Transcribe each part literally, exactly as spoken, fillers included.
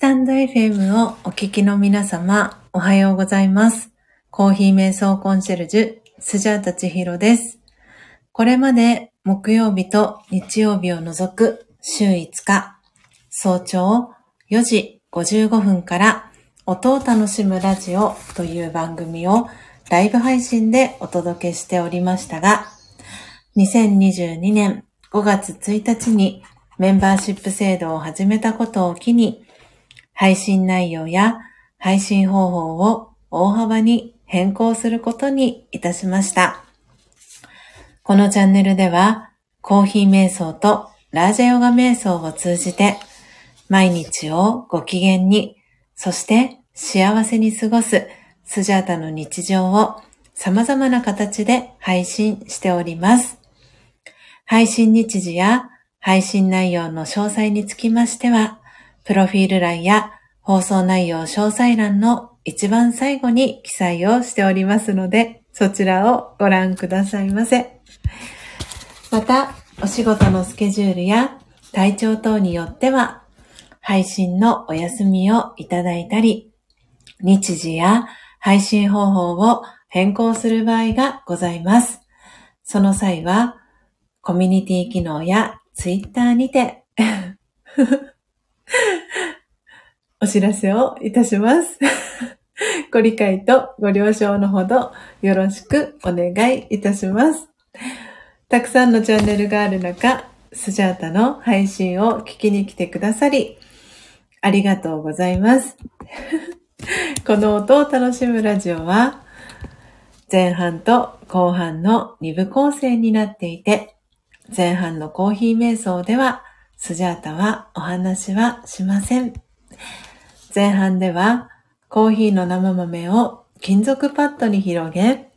タンド エフエム をお聞きの皆様、おはようございます。コーヒー瞑想コンシェルジュ、スジャータ千尋です。これまで木曜日と日曜日を除く週いつか、早朝よじごじゅうごふんから音を楽しむラジオという番組をライブ配信でお届けしておりましたが、にせんにじゅうにねんごがつついたちにメンバーシップ制度を始めたことを機に、配信内容や配信方法を大幅に変更することにいたしました。このチャンネルではコーヒー瞑想とラージャヨガ瞑想を通じて毎日をご機嫌に、そして幸せに過ごすスジャータの日常を様々な形で配信しております。配信日時や配信内容の詳細につきましては、プロフィール欄や放送内容詳細欄の一番最後に記載をしておりますので、そちらをご覧くださいませ。また、お仕事のスケジュールや体調等によっては、配信のお休みをいただいたり、日時や配信方法を変更する場合がございます。その際は、コミュニティ機能やツイッターにてお知らせをいたします。ご理解とご了承のほどよろしくお願いいたします。たくさんのチャンネルがある中、スジャータの配信を聞きに来てくださり、ありがとうございます。この音を楽しむラジオは、前半と後半のに部構成になっていて、前半のコーヒー瞑想では、スジャータはお話はしません。前半ではコーヒーの生豆を金属パッドに広げ、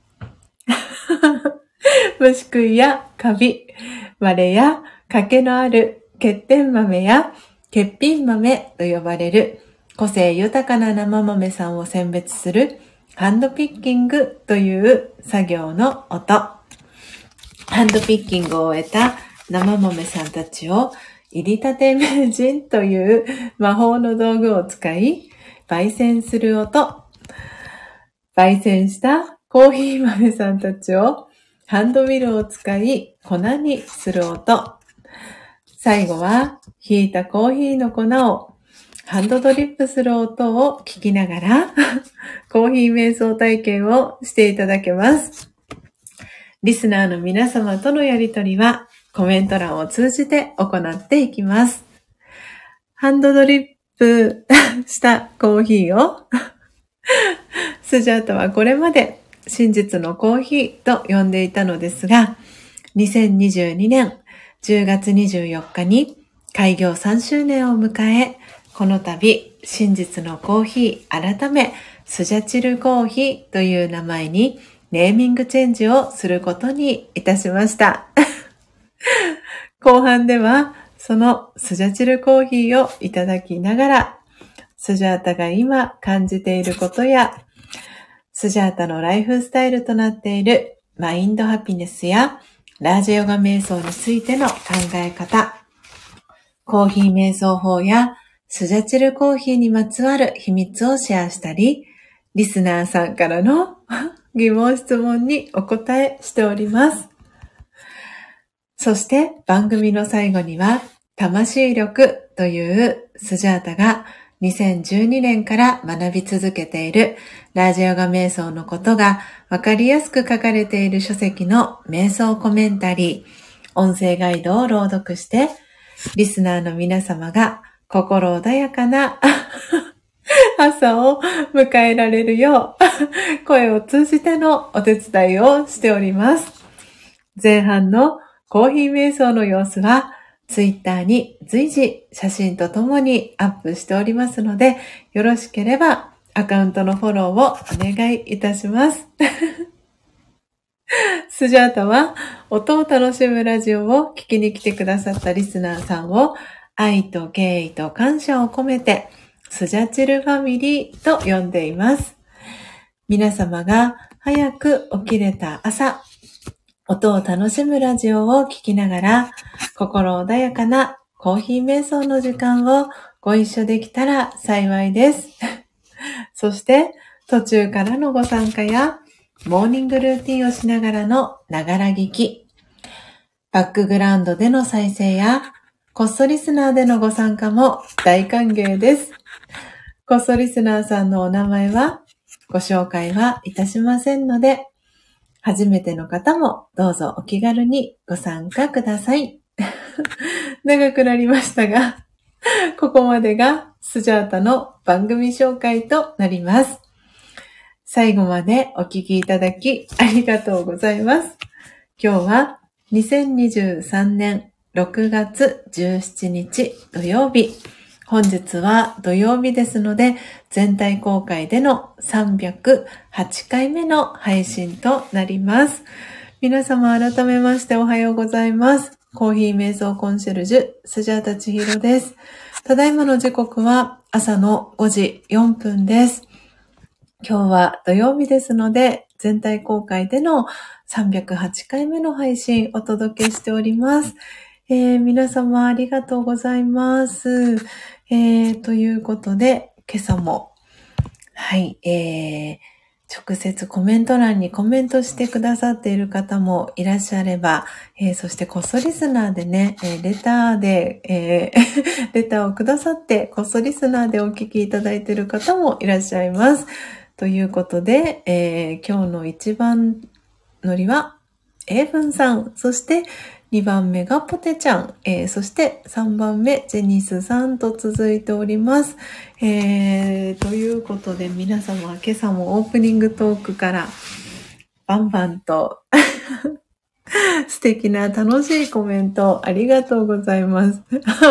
虫食いやカビ、割れや欠けのある欠点豆や欠品豆と呼ばれる個性豊かな生豆さんを選別するハンドピッキングという作業の音。ハンドピッキングを終えた生豆さんたちを入りたて名人という魔法の道具を使い、焙煎する音。焙煎したコーヒー豆さんたちをハンドミルを使い粉にする音。最後は、ひいたコーヒーの粉をハンドドリップする音を聞きながら、コーヒー瞑想体験をしていただけます。リスナーの皆様とのやりとりは、コメント欄を通じて行っていきます。ハンドドリップしたコーヒーをスジャータはこれまで真実のコーヒーと呼んでいたのですが、にせんにじゅうにねんじゅうがつにじゅうよっかに開業さんしゅうねんを迎え、この度真実のコーヒー改めスジャチルコーヒーという名前にネーミングチェンジをすることにいたしました。後半ではそのスジャチルコーヒーをいただきながら、スジャータが今感じていることや、スジャータのライフスタイルとなっているマインドハピネスやラージャヨガ瞑想についての考え方、コーヒー瞑想法やスジャチルコーヒーにまつわる秘密をシェアしたり、リスナーさんからの疑問質問にお答えしております。そして番組の最後には魂力というスジャータがにせんじゅうにねんから学び続けているラージャヨガ瞑想のことがわかりやすく書かれている書籍の瞑想コメンタリー、音声ガイドを朗読して、リスナーの皆様が心穏やかな朝を迎えられるよう声を通じてのお手伝いをしております。前半のコーヒー瞑想の様子はツイッターに随時写真とともにアップしておりますので、よろしければアカウントのフォローをお願いいたします。スジャータは音を楽しむラジオを聞きに来てくださったリスナーさんを愛と敬意と感謝を込めてスジャチルファミリーと呼んでいます。皆様が早く起きれた朝、音を楽しむラジオを聞きながら心穏やかなコーヒー瞑想の時間をご一緒できたら幸いです。そして途中からのご参加やモーニングルーティンをしながらのながら聞き、バックグラウンドでの再生やこっそリスナーでのご参加も大歓迎です。こっそリスナーさんのお名前はご紹介はいたしませんので、初めての方もどうぞお気軽にご参加ください。長くなりましたが、ここまでがスジャータの番組紹介となります。最後までお聞きいただきありがとうございます。今日はにせんにじゅうさんねんろくがつじゅうしちにち土曜日。本日は土曜日ですので、全体公開でのさんびゃくはちかいめの配信となります。皆様改めましておはようございます。コーヒー瞑想コンシェルジュ、スジャータ千尋です。ただいまの時刻は朝のごじよんぷんです。今日は土曜日ですので、全体公開でのさんびゃくはちかいめの配信お届けしております。えー、皆様ありがとうございます。えー、ということで、今朝も、はい、えー、直接コメント欄にコメントしてくださっている方もいらっしゃれば、えー、そしてこっそリスナーでね、えー、レターで、えー、レターをくださってこっそリスナーでお聞きいただいている方もいらっしゃいます。ということで、えー、今日の一番乗りは、英文さん、そしてにばんめがポテちゃん、えー、そしてさんばんめジェニスさんと続いております。えー、ということで皆様今朝もオープニングトークからバンバンと素敵な楽しいコメントありがとうございます。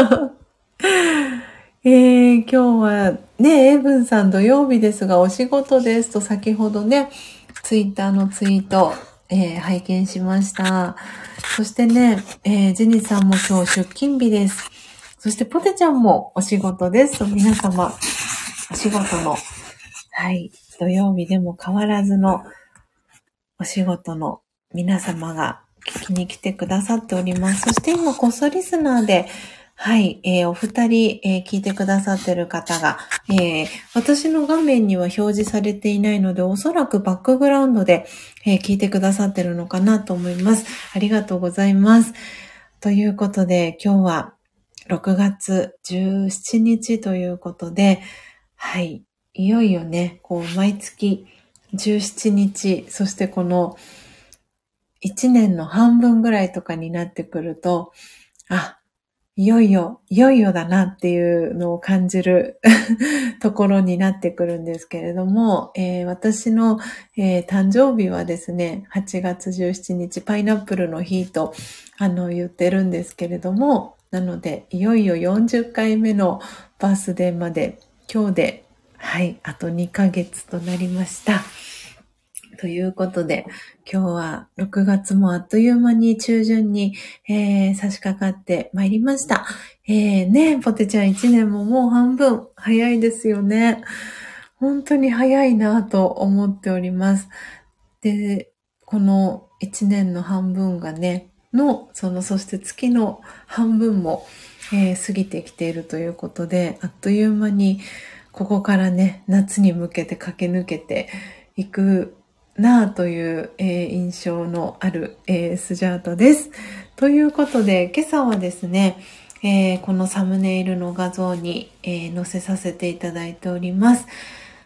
えー、今日はね、エイブンさん土曜日ですがお仕事ですと先ほどね、ツイッターのツイート、えー、拝見しました。そしてね、えー、ジェニーさんも今日出勤日です。そしてポテちゃんもお仕事ですと皆様、お仕事の、はい、土曜日でも変わらずのお仕事の皆様が聞きに来てくださっております。そして今こっそリスナーで、はい、えー、お二人、えー、聞いてくださっている方が、えー、私の画面には表示されていないので、おそらくバックグラウンドで、えー、聞いてくださっているのかなと思います。ありがとうございます。ということで、今日はろくがつじゅうしちにちということで、はい、いよいよね、こう、毎月じゅうしちにち、そしてこのいちねんの半分ぐらいとかになってくると、あ、いよいよ、いよいよだなっていうのを感じるところになってくるんですけれども、えー、私の、えー、誕生日はですね、はちがつじゅうしちにちパイナップルの日とあの言ってるんですけれども、なのでいよいよよんじゅっかいめのバースデーまで今日で、はい、あとにかげつとなりました。ということで、今日はろくがつもあっという間に中旬に、えー、差し掛かってまいりました。えー、ね、ポテちゃんいちねんももう半分早いですよね。本当に早いなと思っております。で、このいちねんの半分がね、の、その、そして月の半分も、えー、過ぎてきているということで、あっという間にここからね、夏に向けて駆け抜けていくなぁという、えー、印象のある、えー、スジャータです。ということで、今朝はですね、えー、このサムネイルの画像に、えー、載せさせていただいております。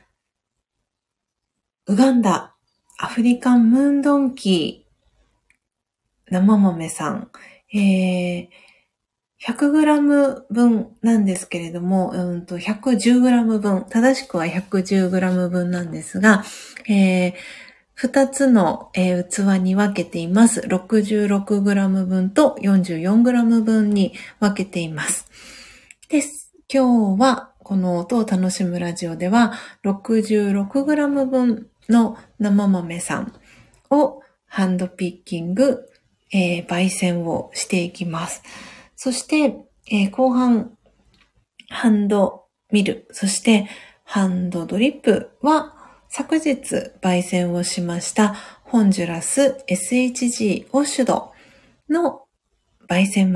ウガンダ、アフリカンムーンドンキー、生豆さん、えー、ひゃくグラム 分なんですけれども、うんと ひゃくじゅうグラム 分、正しくは ひゃくじゅうグラム 分なんですが、えー二つの、えー、器に分けています。ろくじゅうろくグラム 分と よんじゅうよんグラム 分に分けています。です。今日はこの音を楽しむラジオでは ろくじゅうろくグラム 分の生豆さんをハンドピッキング、えー、焙煎をしていきます。そして、えー、後半ハンドミル、そしてハンドドリップは昨日焙煎をしましたホンジュラス エスエイチジー オッシュドの焙煎豆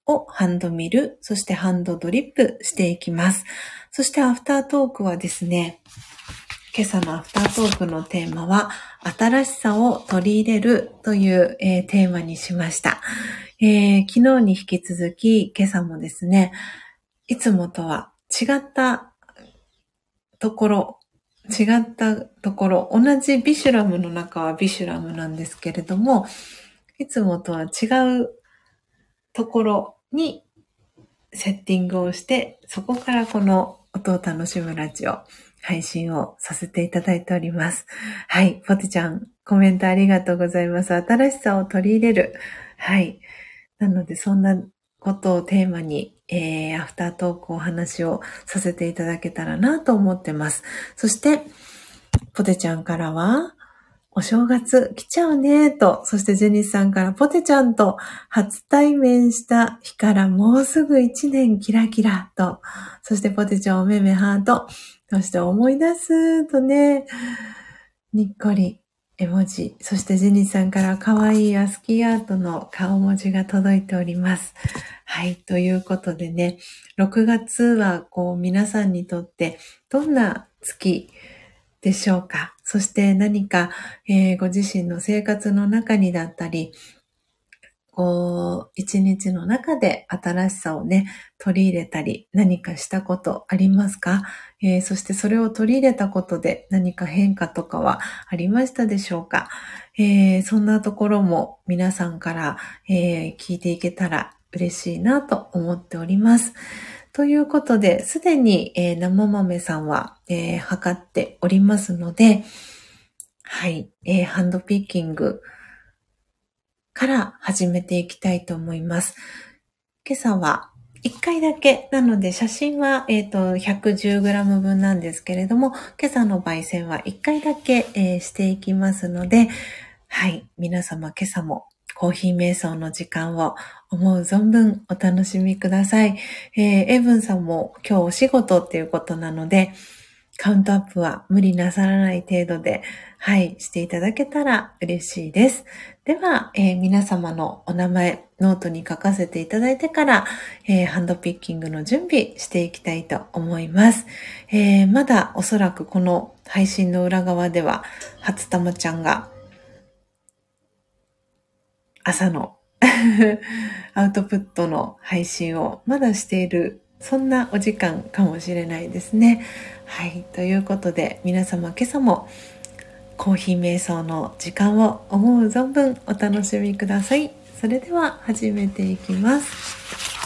をハンドミル、そしてハンドドリップしていきます。そしてアフタートークはですね、今朝のアフタートークのテーマは、新しさを取り入れるという、えー、テーマにしました、えー。昨日に引き続き、今朝もですね、いつもとは違ったところ、違ったところ、同じビシュラムの中はビシュラムなんですけれども、いつもとは違うところにセッティングをして、そこからこの音を楽しむラジオ、配信をさせていただいております。はい。ポテちゃん、コメントありがとうございます。新しさを取り入れる。はい。なので、そんなことをテーマに、えー、アフタートークお話をさせていただけたらなと思ってます。そして、ポテちゃんからは、お正月来ちゃうねと、そしてジェニスさんからポテちゃんと初対面した日からもうすぐ一年キラキラと、そしてポテちゃんおめめハート、そして思い出すとね、にっこり絵文字、そしてジェニスさんから可愛いアスキーアートの顔文字が届いております。はい、ということでね、ろくがつはこう皆さんにとってどんな月でしょうか。そして何か、えー、ご自身の生活の中にだったり、こう、一日の中で新しさをね、取り入れたり、何かしたことありますか？えー、そしてそれを取り入れたことで何か変化とかはありましたでしょうか？えー、そんなところも皆さんから、えー、聞いていけたら嬉しいなと思っております。ということで、すでに、えー、生豆さんは、えー、測っておりますので、はい、えー、ハンドピッキングから始めていきたいと思います。今朝はいっかいだけなので、写真は、えー、と ひゃくじゅうグラム 分なんですけれども、今朝の焙煎はいっかいだけ、えー、していきますので、はい、皆様今朝もコーヒー瞑想の時間を思う存分お楽しみください。えー、エイブンさんも今日お仕事っていうことなので、カウントアップは無理なさらない程度で、はい、していただけたら嬉しいです。では、えー、皆様のお名前、ノートに書かせていただいてから、えー、ハンドピッキングの準備していきたいと思います。えー、まだおそらくこの配信の裏側では、初玉ちゃんが朝のアウトプットの配信をまだしている、そんなお時間かもしれないですね。はい。ということで、皆様今朝もコーヒー瞑想の時間を思う存分お楽しみください。それでは始めていきます。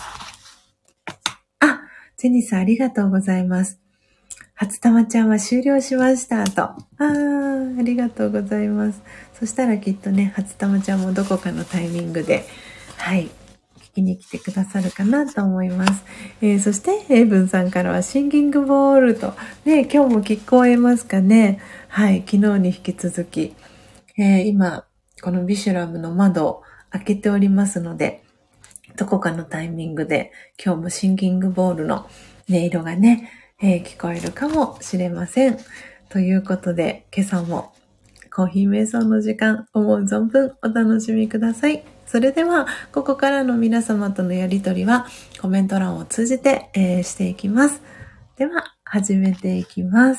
あ、ジェニスありがとうございます。初玉ちゃんは終了しましたと。あー、ありがとうございます。そしたらきっとね、初玉ちゃんもどこかのタイミングで、はい、聞きに来てくださるかなと思います。えー、そして、エイブンさんからはシンギングボールと、ね、今日も聞こえますかね。はい、昨日に引き続き、えー、今、このビシュラムの窓を開けておりますので、どこかのタイミングで今日もシンギングボールの音色がね、えー、聞こえるかもしれません。ということで、今朝もコーヒー瞑想の時間、思う存分お楽しみください。それでは、ここからの皆様とのやりとりはコメント欄を通じて、えー、していきます。では、始めていきます。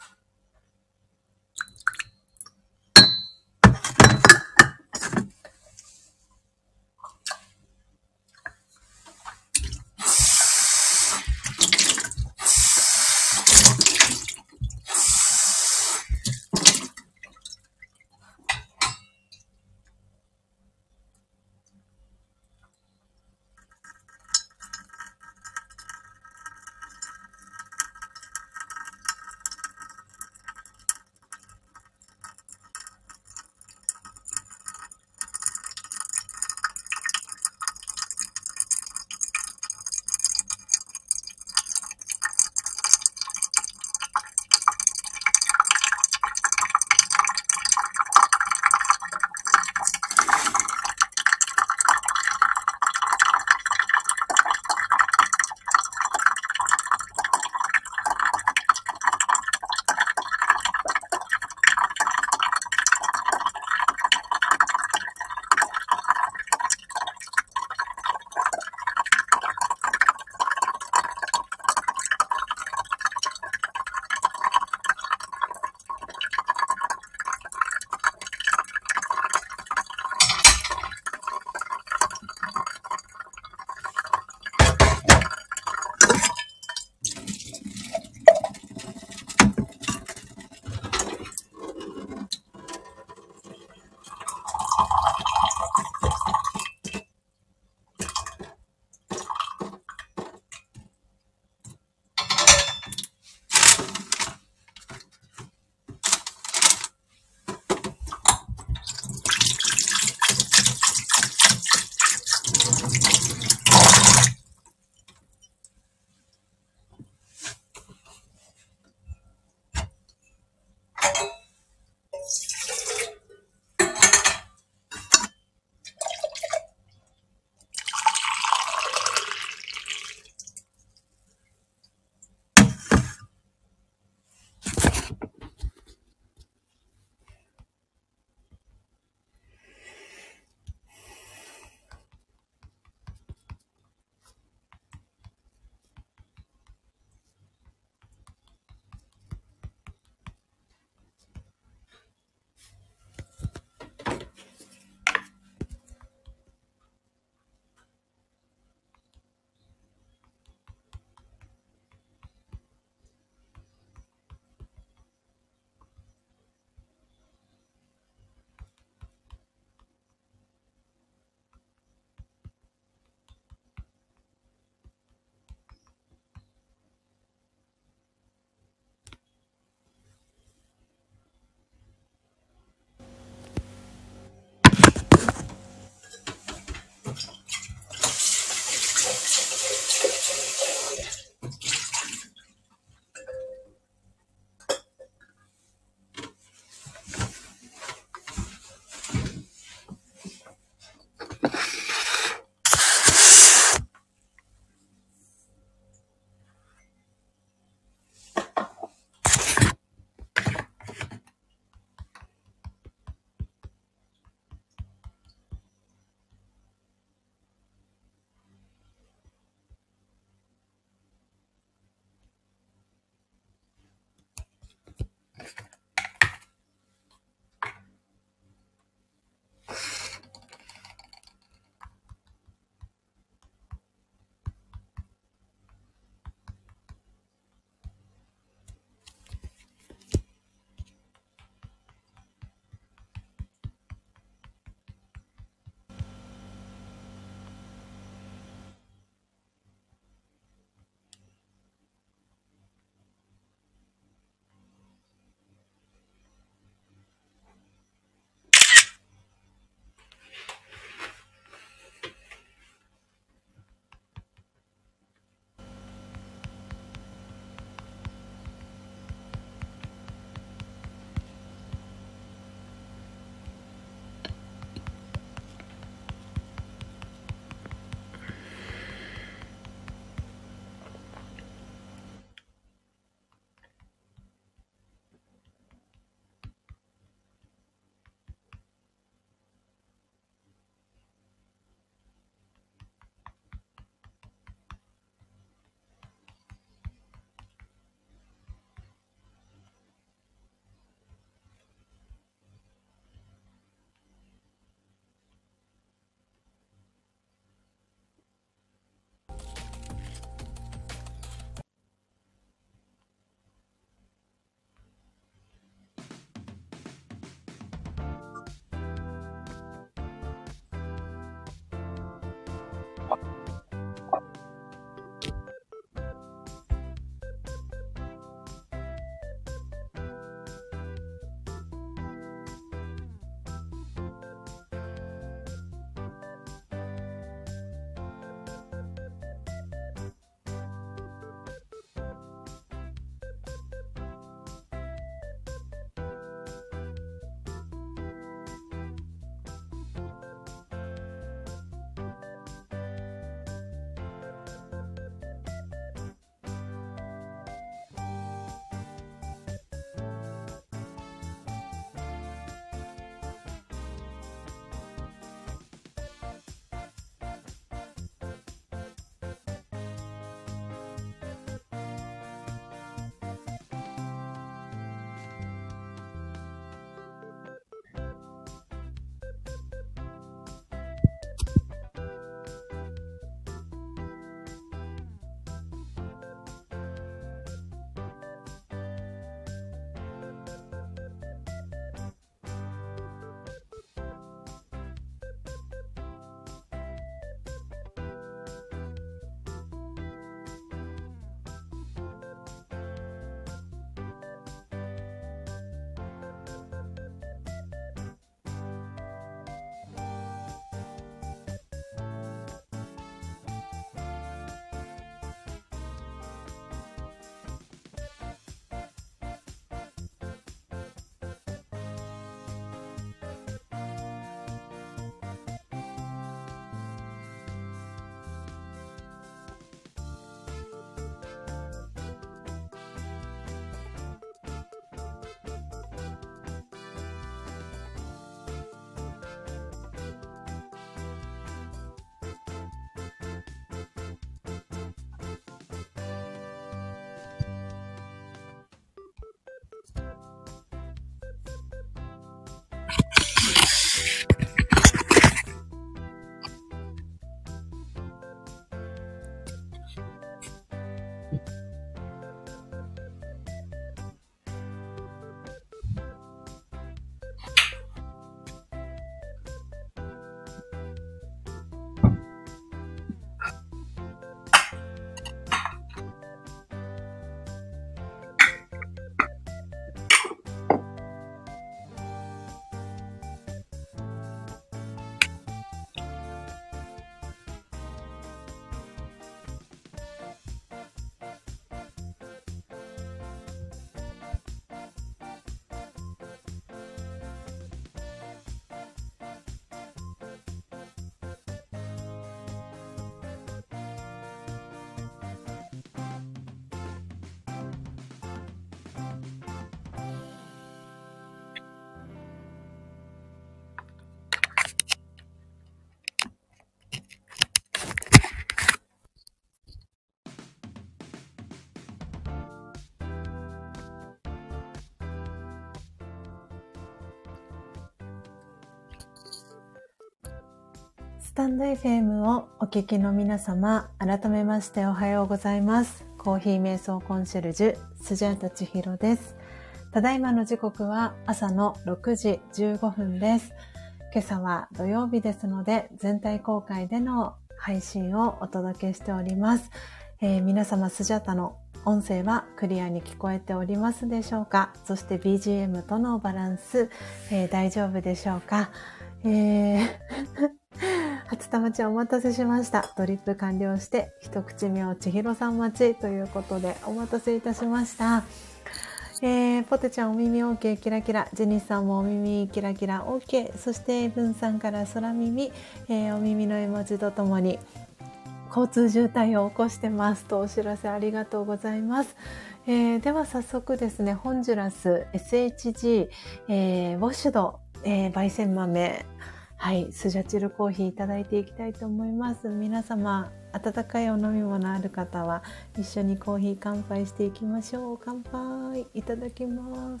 タンド エフエム をお聞きの皆様、改めましておはようございます。コーヒー瞑想コンシェルジュ、スジャータ千尋です。ただいまの時刻は朝のろくじじゅうごふんです。今朝は土曜日ですので、全体公開での配信をお届けしております。えー、皆様、スジャタの音声はクリアに聞こえておりますでしょうか？そして ビージーエム とのバランス、えー、大丈夫でしょうか？えー初玉ちゃんお待たせしました。ドリップ完了して、一口目を千尋さん待ちということでお待たせいたしました。えー、ポテちゃんお耳 OK キラキラ、ジェニスさんもお耳キラキラ OK、そしてエイブンさんから空耳、えー、お耳の絵文字とともに交通渋滞を起こしてますとお知らせありがとうございます。えー、では早速ですね、ホンジュラス エスエイチジー、えー、ウォッシュド、えー、焙煎豆、はい、スジャチルコーヒーいただいていきたいと思います。皆様、温かいお飲み物ある方は一緒にコーヒー乾杯していきましょう。乾杯いただきます。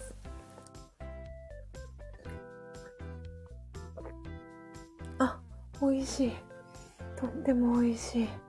あ、美味しい。とっても美味しい。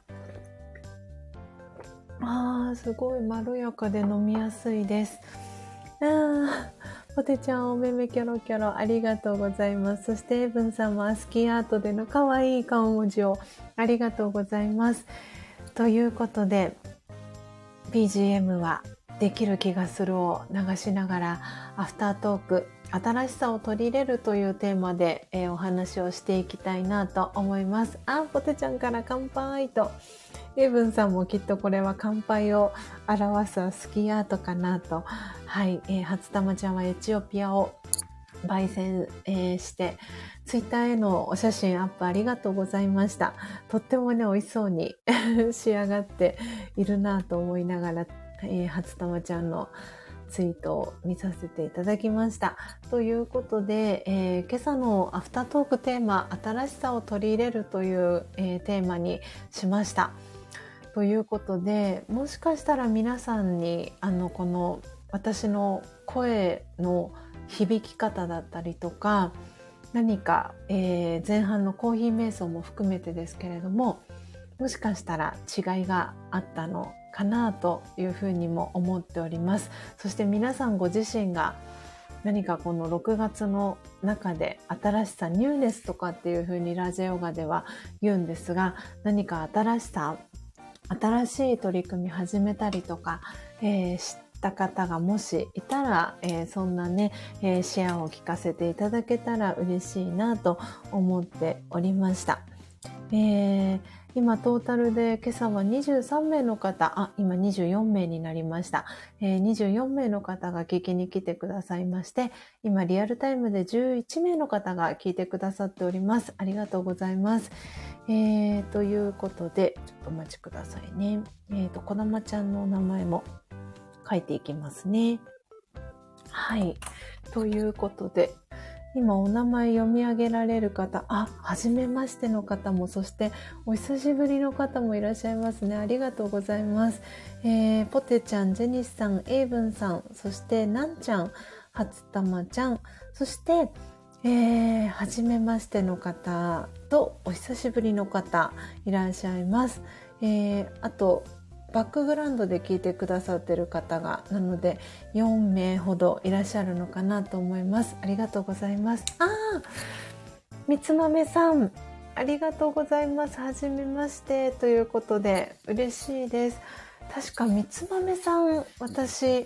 あー、すごいまろやかで飲みやすいです。あー、ポテちゃんお目目キョロキョロありがとうございます。そしてエイブンさんもアスキーアートでの可愛い顔文字をありがとうございます。ということで ビージーエム はできる気がするを流しながらアフタートーク、新しさを取り入れるというテーマで、えー、お話をしていきたいなと思います。あ、ポテちゃんから乾杯と。エイブンさんもきっとこれは乾杯を表すスキーアートかなと。はい、えー、初玉ちゃんはエチオピアを焙煎、えー、して、ツイッターへのお写真アップありがとうございました。とってもね、美味しそうに仕上がっているなと思いながら、えー、初玉ちゃんのツイートを見させていただきました。ということで、えー、今朝のアフタートークテーマ、新しさを取り入れるという、えー、テーマにしました。ということで、もしかしたら皆さんにあのこの私の声の響き方だったりとか、何か、えー、前半のコーヒー瞑想も含めてですけれども、もしかしたら違いがあったのかなというふうにも思っております。そして皆さんご自身が何かこのろくがつの中で新しさ、ニューネスとかっていうふうにラジオヨガでは言うんですが、何か新しさ、新しい取り組み始めたりとか、えー、知った方がもしいたら、えー、そんなね、えー、シェアを聞かせていただけたら嬉しいなと思っておりました。えー、今トータルで今朝はにじゅうさんめいの方、あ、今にじゅうよんめいになりました。えー、にじゅうよんめいの方が聞きに来てくださいまして、今リアルタイムでじゅういちめいの方が聞いてくださっております。ありがとうございます。えー、ということで、ちょっとお待ちくださいね。えーと、こだまちゃんのお名前も書いていきますね。はい。ということで、今お名前読み上げられる方、あ、はじめましての方も、そしてお久しぶりの方もいらっしゃいますね。ありがとうございます。えー、ポテちゃん、ジェニスさん、エイブンさん、そしてなんちゃん、初玉ちゃん、そして、えー、はじめましての方とお久しぶりの方いらっしゃいます。えー、あと、バックグラウンドで聞いてくださっている方が、なのでよんめいほどいらっしゃるのかなと思います。ありがとうございます。あー、みつまめさん、ありがとうございます。はじめましてということで嬉しいです。確かみつまめさん、私、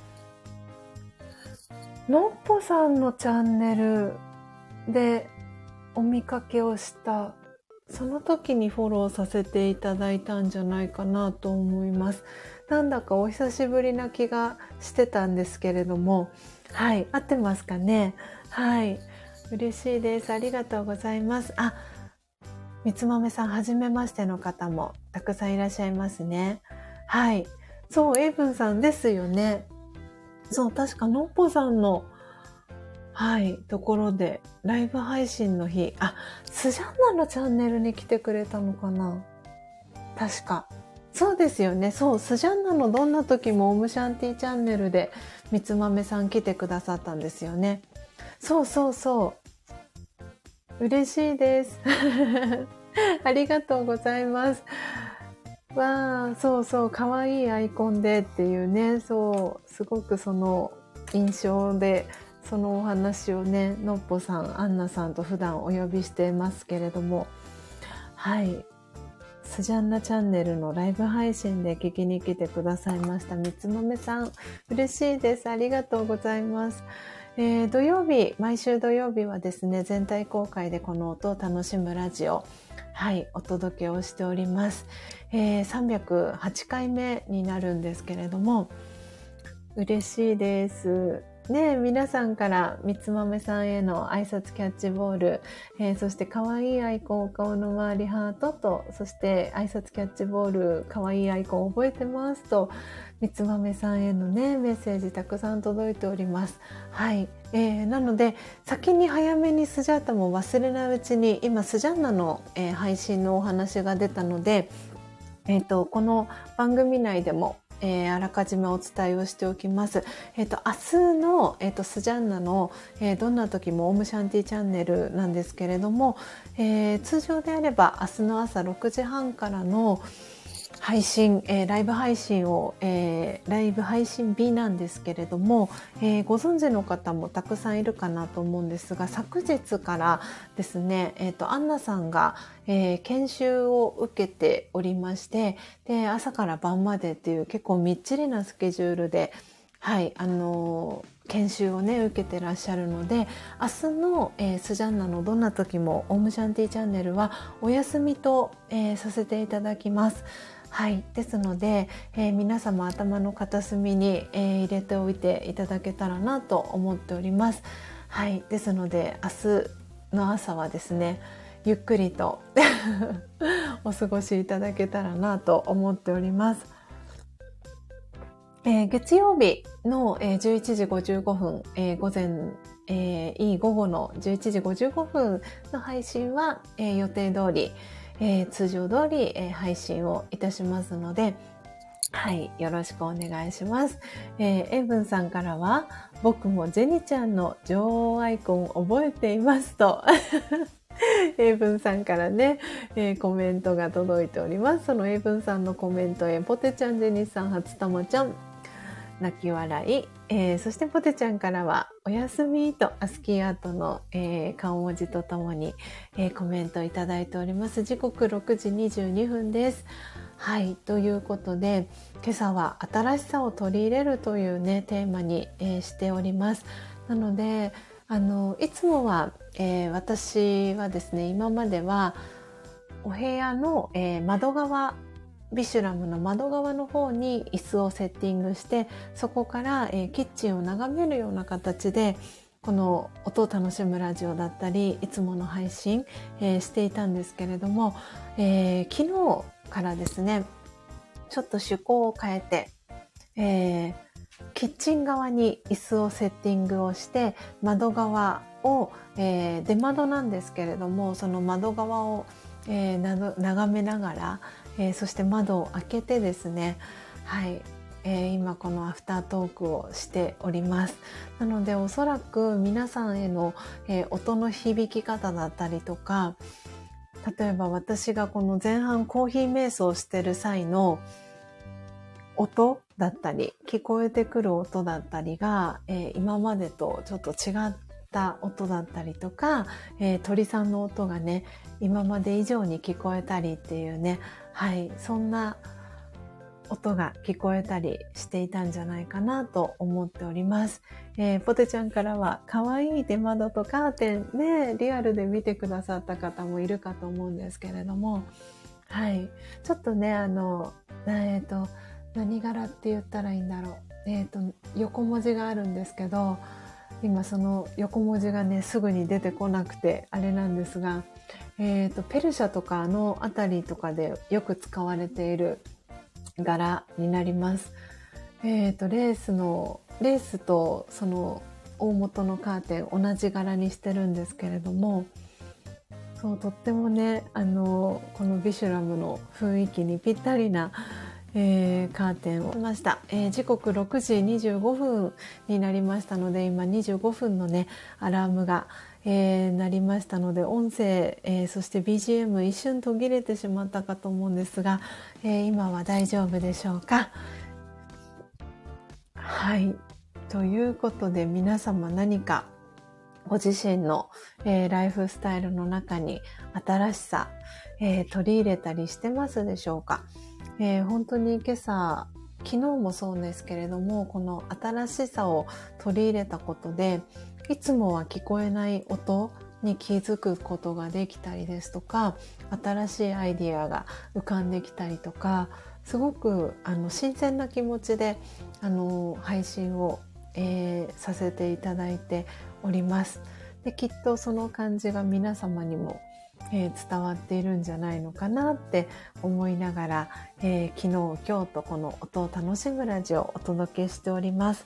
のっぽさんのチャンネルでお見かけをした、その時にフォローさせていただいたんじゃないかなと思います。なんだかお久しぶりな気がしてたんですけれども、はい、合ってますかね。はい、嬉しいです。ありがとうございます。あ、みつまめさん、はじめましての方もたくさんいらっしゃいますね。はい、そう、エイブンさんですよね。そう、確かのっぽさんのはい、ところで、ライブ配信の日、あ、スジャンナのチャンネルに来てくれたのかな？確か。そうですよね。そう、スジャンナのどんな時もオムシャンティチャンネルで、みつまめさん来てくださったんですよね。そうそうそう。 嬉しいです。ありがとうございます。わあ、そうそう、可愛いアイコンでっていうね、そう、すごくその印象で、そのお話をね、のっぽさん、アンナさんと普段お呼びしてますけれども、はい。スジャンナチャンネルのライブ配信で聞きに来てくださいました。みつまめさん、嬉しいです。ありがとうございます。えー、土曜日、毎週土曜日はですね、全体公開でこの音を楽しむラジオ、はい、お届けをしております。えー、さんびゃくはちかいめになるんですけれども、嬉しいです。ねえ、皆さんからみつまめさんへの挨拶キャッチボール、えー、そして可愛いアイコン、お顔の周りハートと、そして挨拶キャッチボール、可愛いアイコン覚えてますと、みつまめさんへのね、メッセージたくさん届いております。はい。えー、なので、先に早めにスジャータも忘れないうちに、今スジャンナの、えー、配信のお話が出たので、えっと、この番組内でも、えー、あらかじめお伝えをしておきます。えっと、明日の、えっと、スジャンナの、えー、どんな時もオームシャンティチャンネルなんですけれども、えー、通常であれば明日の朝ろくじはんからの配信、えー、ライブ配信を、えー、ライブ配信日なんですけれども、えー、ご存知の方もたくさんいるかなと思うんですが、昨日からですね、えっと、アンナさんが、えー、研修を受けておりまして、で、朝から晩までっていう結構みっちりなスケジュールで、はい、あのー、研修をね、受けてらっしゃるので、明日の、えー、スジャンナのどんな時もオームシャンティチャンネルはお休みと、えー、させていただきます。はい。ですので、えー、皆様頭の片隅に、えー、入れておいていただけたらなと思っております。はい。ですので、明日の朝はですね、ゆっくりとお過ごしいただけたらなと思っております。えー、月曜日の、えー、じゅういちじごじゅうごふん、えー、午前、えー、いい午後のじゅういちじごじゅうごふんの配信は、えー、予定通り、えー、通常通り、えー、配信をいたしますので、はい、よろしくお願いします。えー、エイブンさんからは、僕もジェニちゃんの女王アイコン覚えていますと、エイブンさんからね、えー、コメントが届いております。そのエイブンさんのコメントへ、ポテちゃん、ジェニさん、初玉ちゃん、泣き笑い、えー、そしてポテちゃんからはおやすみとアスキーアートの、えー、顔文字とともに、えー、コメントいただいております。時刻ろくじにじゅうにふんです。はい、ということで今朝は新しさを取り入れるというねテーマに、えー、しております。なのであのいつもは、えー、私はですね今まではお部屋の、えー、窓側ビシュラムの窓側の方に椅子をセッティングしてそこから、えー、キッチンを眺めるような形でこの音を楽しむラジオだったりいつもの配信、えー、していたんですけれども、えー、昨日からですねちょっと趣向を変えて、えー、キッチン側に椅子をセッティングをして窓側を、えー、出窓なんですけれどもその窓側を、えー、眺めながらえー、そして窓を開けてですね、はい、えー、今このアフタートークをしております。なのでおそらく皆さんへの、えー、音の響き方だったりとか、例えば私がこの前半コーヒー瞑想してる際の音だったり、聞こえてくる音だったりが、えー、今までとちょっと違った音だったりとか、えー、鳥さんの音がね、今まで以上に聞こえたりっていうね、はい、そんな音が聞こえたりしていたんじゃないかなと思っております。えー、ポテちゃんからは可愛い出窓とカーテンね、リアルで見てくださった方もいるかと思うんですけれども、はい、ちょっとね、あの、えっと、何柄って言ったらいいんだろう。えっと、横文字があるんですけど、今その横文字がね、すぐに出てこなくて、あれなんですが、えっと、ペルシャとかのあたりとかでよく使われている柄になります。えっと、レースの、レースとその大元のカーテン同じ柄にしてるんですけれども、そう、とってもね、あの、このビシュラムの雰囲気にぴったりな、えー、カーテンをしました、えー、時刻ろくじにじゅうごふんになりましたので今にじゅうごふんのねアラームが、 えーなりましたので、音声、えーそして ビージーエム 一瞬途切れてしまったかと思うんですが、えー今は大丈夫でしょうか。はい。ということで、皆様何かご自身の、えーライフスタイルの中に新しさ、えー取り入れたりしてますでしょうか。えー本当に今朝、昨日もそうですけれども、この新しさを取り入れたことで、いつもは聞こえない音に気づくことができたりですとか、新しいアイディアが浮かんできたりとか、すごくあの新鮮な気持ちであの配信を、えーさせていただいております。で、きっとその感じが皆様にも、えー伝わっているんじゃないのかなって思いながら、えー昨日今日とこの音を楽しむラジオをお届けしております。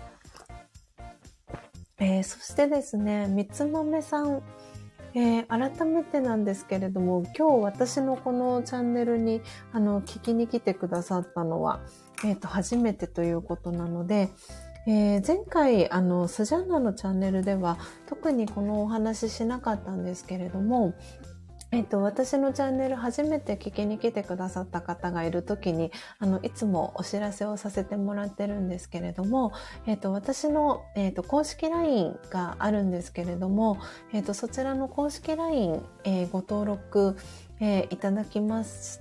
えーそしてですね、みつまめさん、えー改めてなんですけれども、今日私のこのチャンネルにあの聞きに来てくださったのは、えーと初めてということなので、えー前回あのスジャンナのチャンネルでは特にこのお話しなかったんですけれども、えっと、私のチャンネル初めて聞きに来てくださった方がいるときに、あの、いつもお知らせをさせてもらってるんですけれども、えっと、私の、えっと、公式 ライン があるんですけれども、えっと、そちらの公式 ライン、えーご登録、えーいただきまして、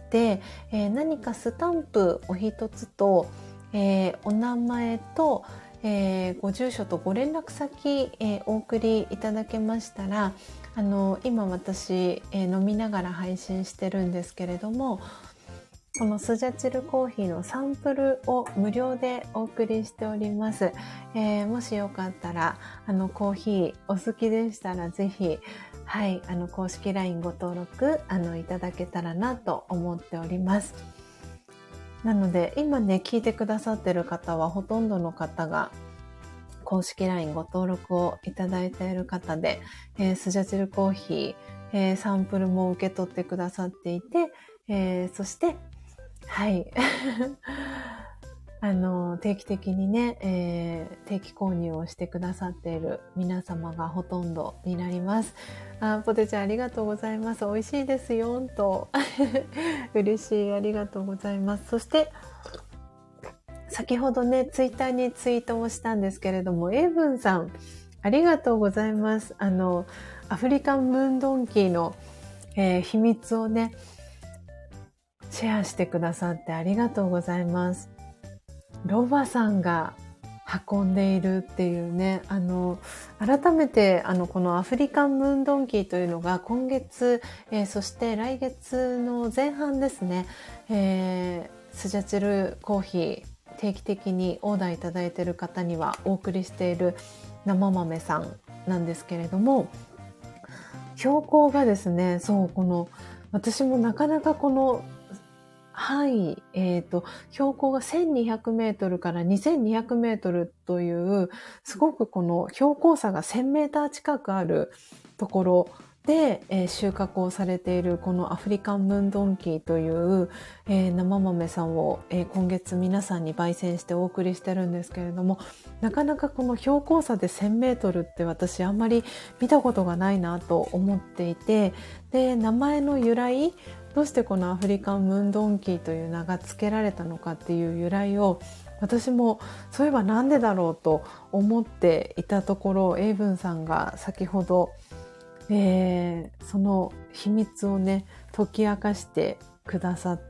えー何かスタンプお一つと、えーお名前と、えーご住所とご連絡先、えーお送りいただけましたら、あの今私、えー飲みながら配信してるんですけれども、このスジャチルコーヒーのサンプルを無料でお送りしております。えーもしよかったら、あのコーヒーお好きでしたらぜひ、はい、あの公式 ライン ご登録あのいただけたらなと思っております。なので今ね、聞いてくださってる方はほとんどの方が公式 ライン ご登録をいただいている方で、えースジャチルコーヒー、えーサンプルも受け取ってくださっていて、えーそして、はい。あの、定期的にね、えー定期購入をしてくださっている皆様がほとんどになります。あ、ポテちゃんありがとうございます。美味しいですよ、と。嬉しい、ありがとうございます。そして、先ほどね、ツイッターにツイートをしたんですけれども、エイブンさん、ありがとうございます。あの、アフリカンムーンドンキーの、えー秘密をね、シェアしてくださってありがとうございます。ロバさんが運んでいるっていうね、あの、改めて、あの、このアフリカンムーンドンキーというのが今月、えーそして来月の前半ですね、えースジャチルコーヒー、定期的にオーダーいただいている方にはお送りしている生豆さんなんですけれども、標高がですね、そう、この、私もなかなかこの、範囲、えっと、標高がせんにひゃくメートルからにせんにひゃくメートルという、すごくこの標高差がせんメーター近くあるところで、えー収穫をされているこのアフリカンムーンドンキーという、えー生豆さんを、えー今月皆さんに焙煎してお送りしてるんですけれども、なかなかこの標高差でせんメートルって私あんまり見たことがないなと思っていて、で、名前の由来、どうしてこのアフリカンムーンドンキーという名が付けられたのかっていう由来を、私もそういえばなんでだろうと思っていたところ、エイブンさんが先ほど、えーその秘密をね、解き明かしてくださって、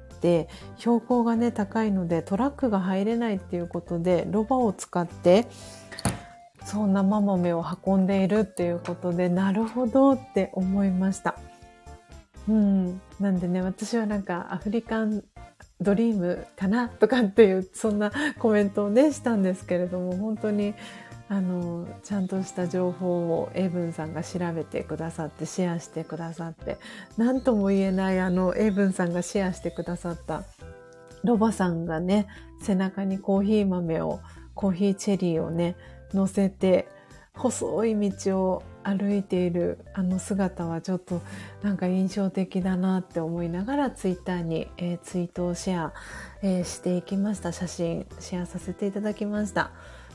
標高がね、高いのでトラックが入れないっていうことで、ロバを使って、そう生豆を運んでいるっていうことで、なるほどって思いました。うん。なんでね、私はなんかアフリカンドリームかなとかっていう、そんなコメントをね、したんですけれども、本当に、あの、ちゃんとした情報をエイブンさんが調べてくださって、シェアしてくださって、なんとも言えない、あの、エイブンさんがシェアしてくださったロバさんがね、背中にコーヒー豆を、コーヒーチェリーをね、乗せて、細い道を歩いているあの姿はちょっとなんか印象的だなって思いながらツイッターに、えーツイートをシェア、えーしていきました。写真シェアさせていただきました。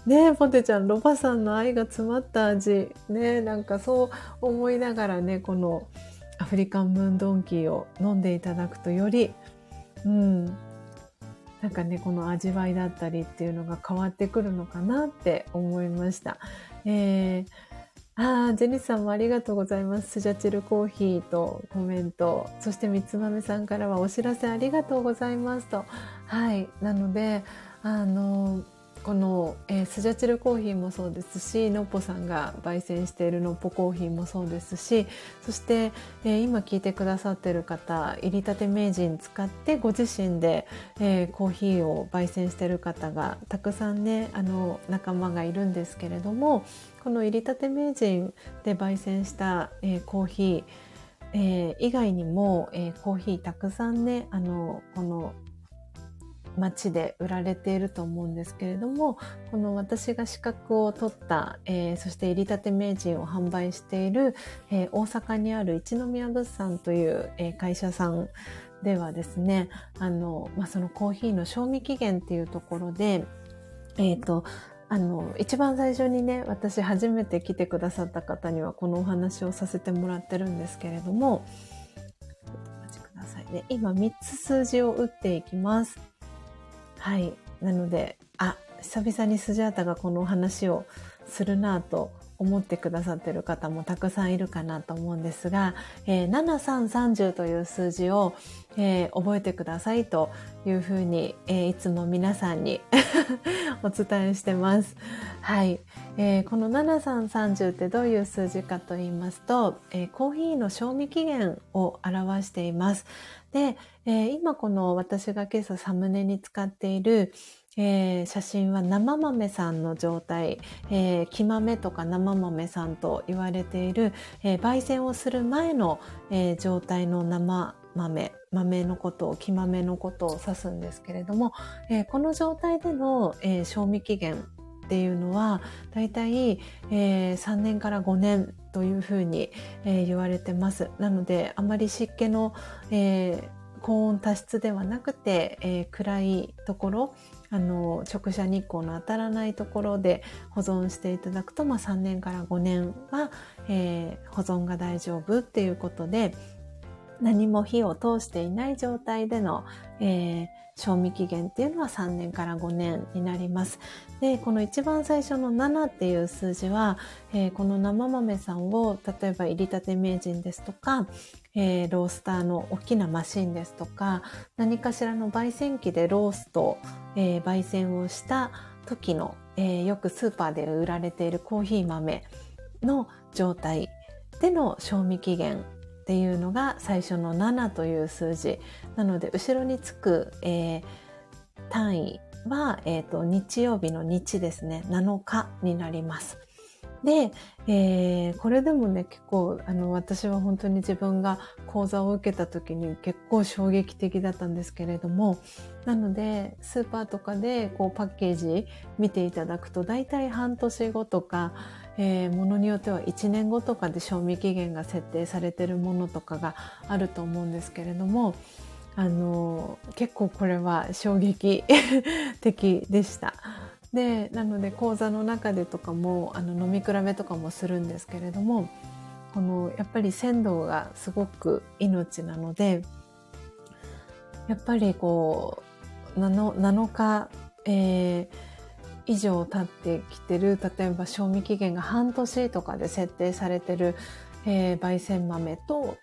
ねえ、ポテちゃん、ロバさんの愛が詰まった味。ねえ、なんかそう思いながらね、このアフリカンムーンドンキーを飲んでいただくとより、うん、なんかね、この味わいだったりっていうのが変わってくるのかなって思いました。えー、あー、ジェニスさんもありがとうございます。スジャチルコーヒーとコメント。そしてみつまめさんからはお知らせありがとうございますと。はい。なので、あの、この、えースジャチルコーヒーもそうですし、のっぽさんが焙煎しているのっぽコーヒーもそうですし、そして、えー今聞いてくださっている方、入りたて名人使ってご自身で、えーコーヒーを焙煎している方がたくさんね、あの仲間がいるんですけれども、この入りたて名人で焙煎した、えーコーヒー、えー以外にも、えーコーヒーたくさんね、あのこの街で売られていると思うんですけれども、この私が資格を取った、えーそして入りたて名人を販売している、えー大阪にある一宮物産という、えー会社さんではですね、あの、まあ、そのコーヒーの賞味期限っていうところで、えっと、あの、一番最初にね、私初めて来てくださった方にはこのお話をさせてもらってるんですけれども、ちょっとお待ちくださいね。今みっつ数字を打っていきます。はい。なので、あ、久々にスジャータがこのお話をするなぁと思ってくださっている方もたくさんいるかなと思うんですが、えー、ななさんさんじゅうという数字を、えー覚えてくださいというふうに、えーいつも皆さんにお伝えしてます。はい。えーこのななさんさんじゅうってどういう数字かと言いますと、えーコーヒーの賞味期限を表しています。で、えー今この私が今朝サムネに使っている、えー写真は生豆さんの状態、えー、木豆とか生豆さんと言われている、えー焙煎をする前の、えー状態の生豆、豆のことを、木豆のことを指すんですけれども、えーこの状態での、えー賞味期限っていうのは、だいたい、えーさんねんからごねんというふうに、えー言われてます。なので、あまり湿気の、えー高温多湿ではなくて、えー暗いところ、あの直射日光の当たらないところで保存していただくと、まあ、さんねんからごねんは、えー保存が大丈夫っていうことで、何も火を通していない状態での、えー賞味期限っていうのはさんねんからごねんになります。で、この一番最初のななっていう数字は、えーこの生豆さんを、例えば入りたて名人ですとか、えーロースターの大きなマシンですとか、何かしらの焙煎機でロースト、えー焙煎をした時の、えーよくスーパーで売られているコーヒー豆の状態での賞味期限っていうのが最初のななという数字なので、後ろにつく、えー単位は、えーと、日曜日の日ですね、なのかになります。で、えーこれでもね、結構、あの、私は本当に自分が講座を受けた時に結構衝撃的だったんですけれども、なので、スーパーとかでこうパッケージ見ていただくと、だいたい半年後とか、えー、ものによってはいちねんごとかで賞味期限が設定されているものとかがあると思うんですけれども、あの、結構これは衝撃的でした。で、なので講座の中でとかも、あの、飲み比べとかもするんですけれども、この、やっぱり鮮度がすごく命なので、やっぱりこう、なのなのか、えー以上経ってきてる、例えば賞味期限が半年とかで設定されてる、えー焙煎豆と、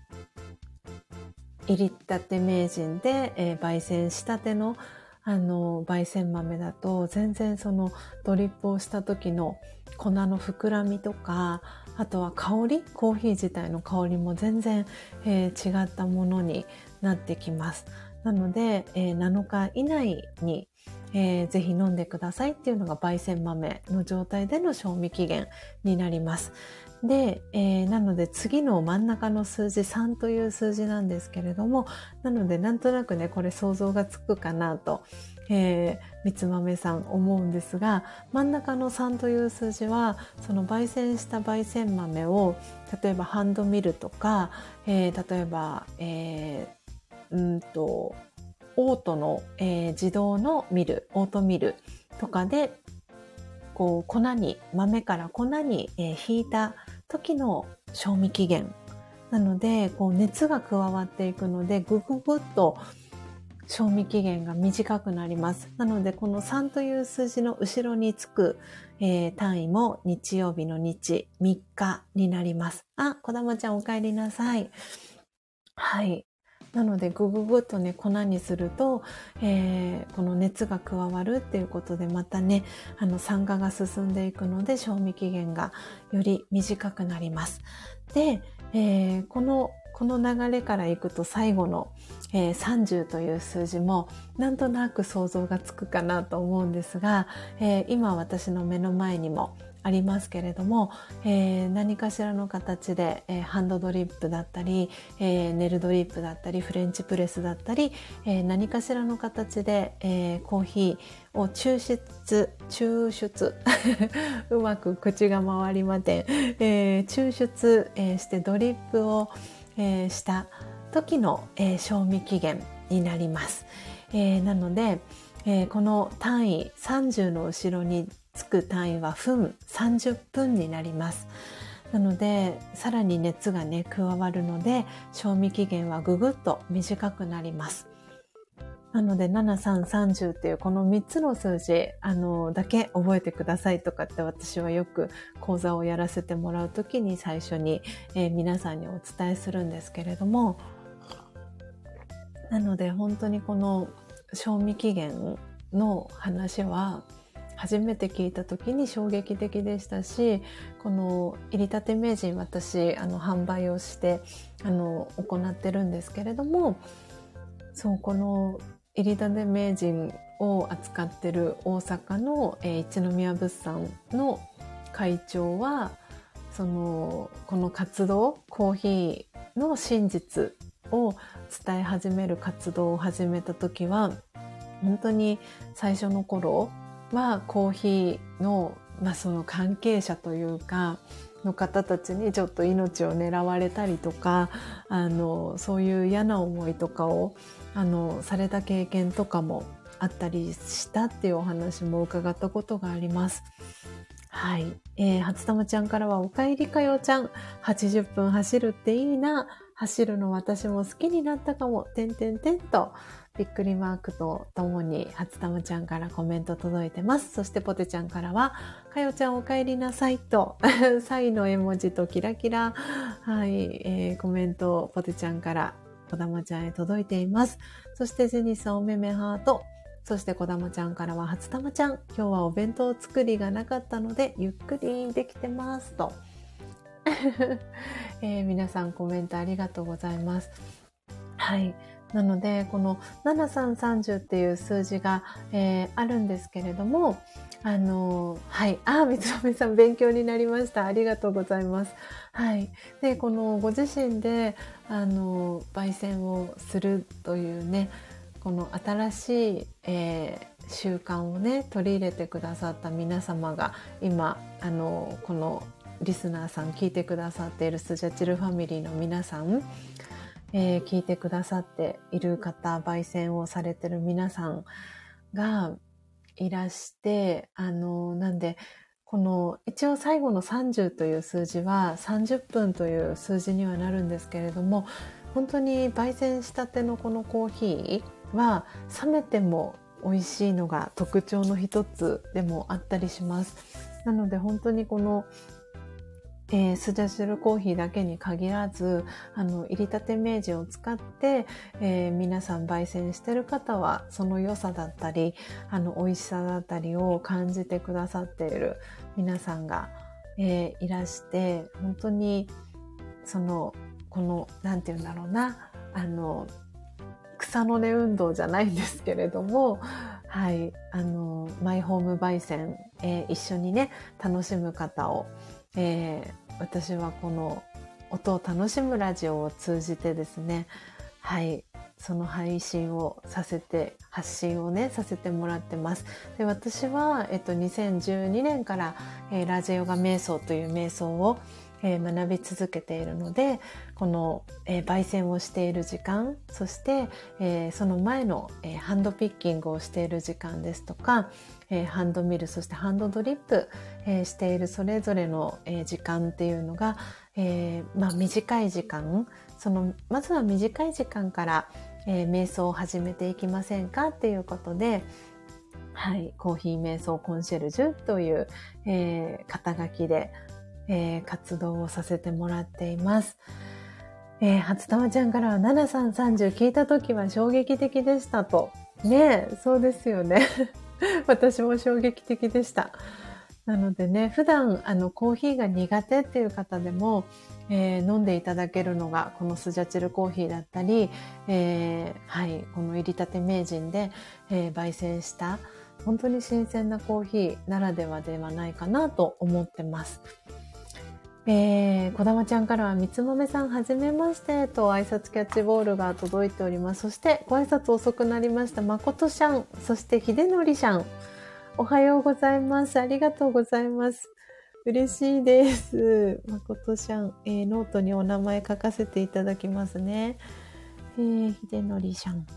入りたて名人で、えー焙煎したての、あの、焙煎豆だと、全然そのドリップをした時の粉の膨らみとか、あとは香り、コーヒー自体の香りも全然、えー違ったものになってきます。なので、えーなのか以内に、えーぜひ飲んでくださいっていうのが焙煎豆の状態での賞味期限になります。で、えーなので次の真ん中の数字さんという数字なんですけれども、なのでなんとなくね、これ想像がつくかなと、えー、みつまめさん思うんですが、真ん中のさんという数字は、その焙煎した焙煎豆を、例えばハンドミルとか、えー例えば、えーうんと、オートの、えー自動のミル、オートミルとかでこう粉に、豆から粉に、えー、ひいた時の賞味期限。なので、こう熱が加わっていくので、ぐぐぐっと賞味期限が短くなります。なので、このさんという数字の後ろにつく、えー、単位も日曜日の日、みっかになります。あ、こだまちゃんお帰りなさい。はい。なので、ぐぐぐっとね、粉にすると、えー、この熱が加わるっていうことで、またね、あの、酸化が進んでいくので、賞味期限がより短くなります。で、えー、この、この流れからいくと最後の、えー、さんじゅうという数字もなんとなく想像がつくかなと思うんですが、えー、今私の目の前にもありますけれども、えー、何かしらの形で、えー、ハンドドリップだったり、えー、ネルドリップだったり、フレンチプレスだったり、えー、何かしらの形で、えー、コーヒーを抽出、抽出うまく口が回りません、えー、抽出、えー、してドリップを、えー、した時の、えー、賞味期限になります。えー、なので、えー、この単位さんじゅうの後ろにつく単位は分、さんじゅっぷんになります。なので、さらに熱がね、加わるので、賞味期限はぐぐっと短くなります。なので、なな、さん、さんじゅうっていうこのみっつの数字、あの、だけ覚えてくださいとかって私はよく講座をやらせてもらうときに最初に、えー、皆さんにお伝えするんですけれども、なので本当にこの賞味期限の話は初めて聞いた時に衝撃的でしたし、この入りたて名人、私あの販売をしてあの行ってるんですけれども、そうこの入りたて名人を扱ってる大阪の、えー、一宮物産の会長は、そのこの活動、コーヒーの真実を伝え始める活動を始めた時は、本当に最初の頃はコーヒーの、まあ、その関係者というかの方たちにちょっと命を狙われたりとか、あのそういう嫌な思いとかをあのされた経験とかもあったりしたっていうお話も伺ったことがあります。はい。えー、初玉ちゃんからは、おかえりかよちゃん。はちじゅっぷん走るっていいな。走るの私も好きになったかも。てんてんてんと、びっくりマークとともに、初玉ちゃんからコメント届いてます。そしてポテちゃんからは、かよちゃんおかえりなさいと、サイの絵文字とキラキラ。はい。えー、コメント、ポテちゃんから、こだまちゃんへ届いています。そしてゼニスさんおめめハート。そしてこだまちゃんからは、初玉ちゃん、今日はお弁当作りがなかったので、ゆっくりできてますと、えー、皆さんコメントありがとうございます。はい。なので、このななさんさんじゅうっていう数字が、えー、あるんですけれども、あのー、はい。あ、みつばめさん勉強になりました。ありがとうございます。はい。で、このご自身で、あのー、焙煎をするというね、この新しい、えー、習慣をね取り入れてくださった皆様が今あのこのリスナーさん聞いてくださっているスジャチルファミリーの皆さん、えー、聞いてくださっている方、焙煎をされている皆さんがいらして、あのなんでこの一応最後のさんじゅうという数字はさんじゅっぷんという数字にはなるんですけれども、本当に焙煎したてのこのコーヒーは冷めても美味しいのが特徴の一つでもあったりします。なので本当にこの、えー、スジャチルコーヒーだけに限らず、あの入りたて名人を使って、えー、皆さん焙煎してる方はその良さだったり、あの美味しさだったりを感じてくださっている皆さんが、えー、いらして、本当にそのこのなんていうんだろうな、あの草の根運動じゃないんですけれども、はい、あのマイホーム焙煎、えー、一緒にね楽しむ方を、えー、私はこの音を楽しむラジオを通じてですね、はい、その配信をさせて発信をねさせてもらってます。で、私はえっとにせんじゅうにねんから、えー、ラジオガ瞑想という瞑想をえー、学び続けているので、この、えー、焙煎をしている時間、そして、えー、その前の、えー、ハンドピッキングをしている時間ですとか、えー、ハンドミル、そしてハンドドリップ、えー、しているそれぞれの、えー、時間っていうのが、えーまあ、短い時間、そのまずは短い時間から、えー、瞑想を始めていきませんかっていうことで、はい、コーヒー瞑想コンシェルジュという、えー、肩書きで、えー、活動をさせてもらっています。えー、初玉ちゃんからはななさんさんじゅう聞いた時は衝撃的でしたと。ねえ、そうですよね。私も衝撃的でした。なのでね、普段あのコーヒーが苦手っていう方でも、えー、飲んでいただけるのがこのスジャチルコーヒーだったり、えー、はい、この入りたて名人で、えー、焙煎した本当に新鮮なコーヒーならではではないかなと思ってます。えー、こだまちゃんからはみつまめさんはじめましてと挨拶キャッチボールが届いております。そしてご挨拶遅くなりましたまことしゃん、そしてひでのりしゃん、おはようございます。ありがとうございます。嬉しいです。まことしゃん、えー、ノートにお名前書かせていただきますね。えー、ひでのりしゃん、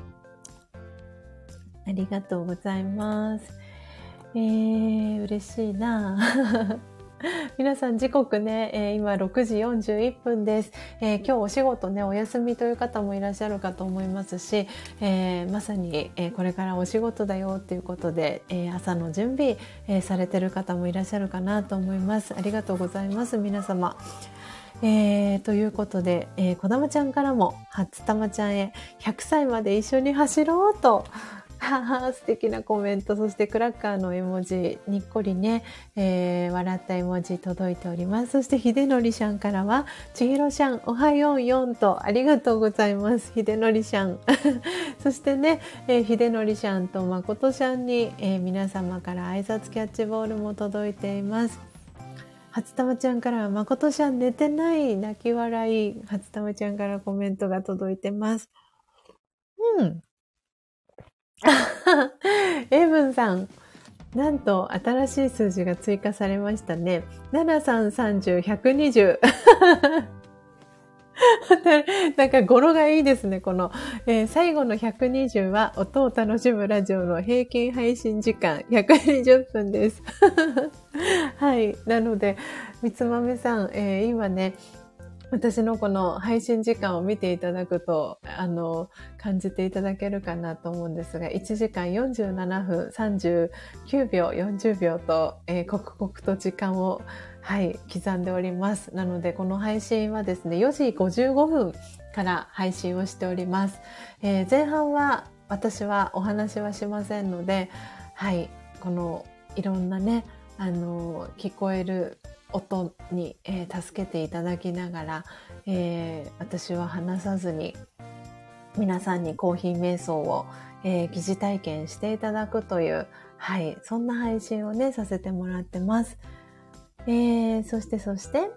ありがとうございます。えー、嬉しいな皆さん時刻ね、えー、今ろくじよんじゅういっぷんです、えー、今日お仕事ねお休みという方もいらっしゃるかと思いますし、えー、まさに、えー、これからお仕事だよっていうことで、えー、朝の準備、えー、されてる方もいらっしゃるかなと思います。ありがとうございます皆様。えー、ということで、えー、こだまちゃんからも初玉ちゃんへひゃくさいまで一緒に走ろうとはは素敵なコメント、そしてクラッカーの絵文字、にっこりね、えー、笑った絵文字届いております。そしてひでのりしゃんからは、ちひろしゃんおはようよんとありがとうございます。ひでのりしゃん。そしてね、えー、ひでのりしゃんとまことしゃんに、えー、皆様から挨拶キャッチボールも届いています。初玉ちゃんからはまことしゃん寝てない泣き笑い、初玉ちゃんからコメントが届いてます。うん。エイブンさん、なんと新しい数字が追加されましたね。ななさんさんじゅう、ひゃくにじゅう。なんか語呂がいいですね。この、えー、最後のひゃくにじゅうは音を楽しむラジオの平均配信時間ひゃくにじゅっぷんです。はい。なので、みつまめさん、えー、今ね、私のこの配信時間を見ていただくと、あの、感じていただけるかなと思うんですが、いちじかんよんじゅうななふんさんじゅうきゅうびょう、よんじゅうびょうと、えー、刻々と時間を、はい、刻んでおります。なので、この配信はですね、よじごじゅうごふんから配信をしております。えー、前半は私はお話はしませんので、はい、このいろんなね、あの、聞こえる音に、えー、助けていただきながら、えー、私は話さずに皆さんにコーヒー瞑想を、えー、疑似体験していただくという、はい、そんな配信をねさせてもらってます。えー、そしてそして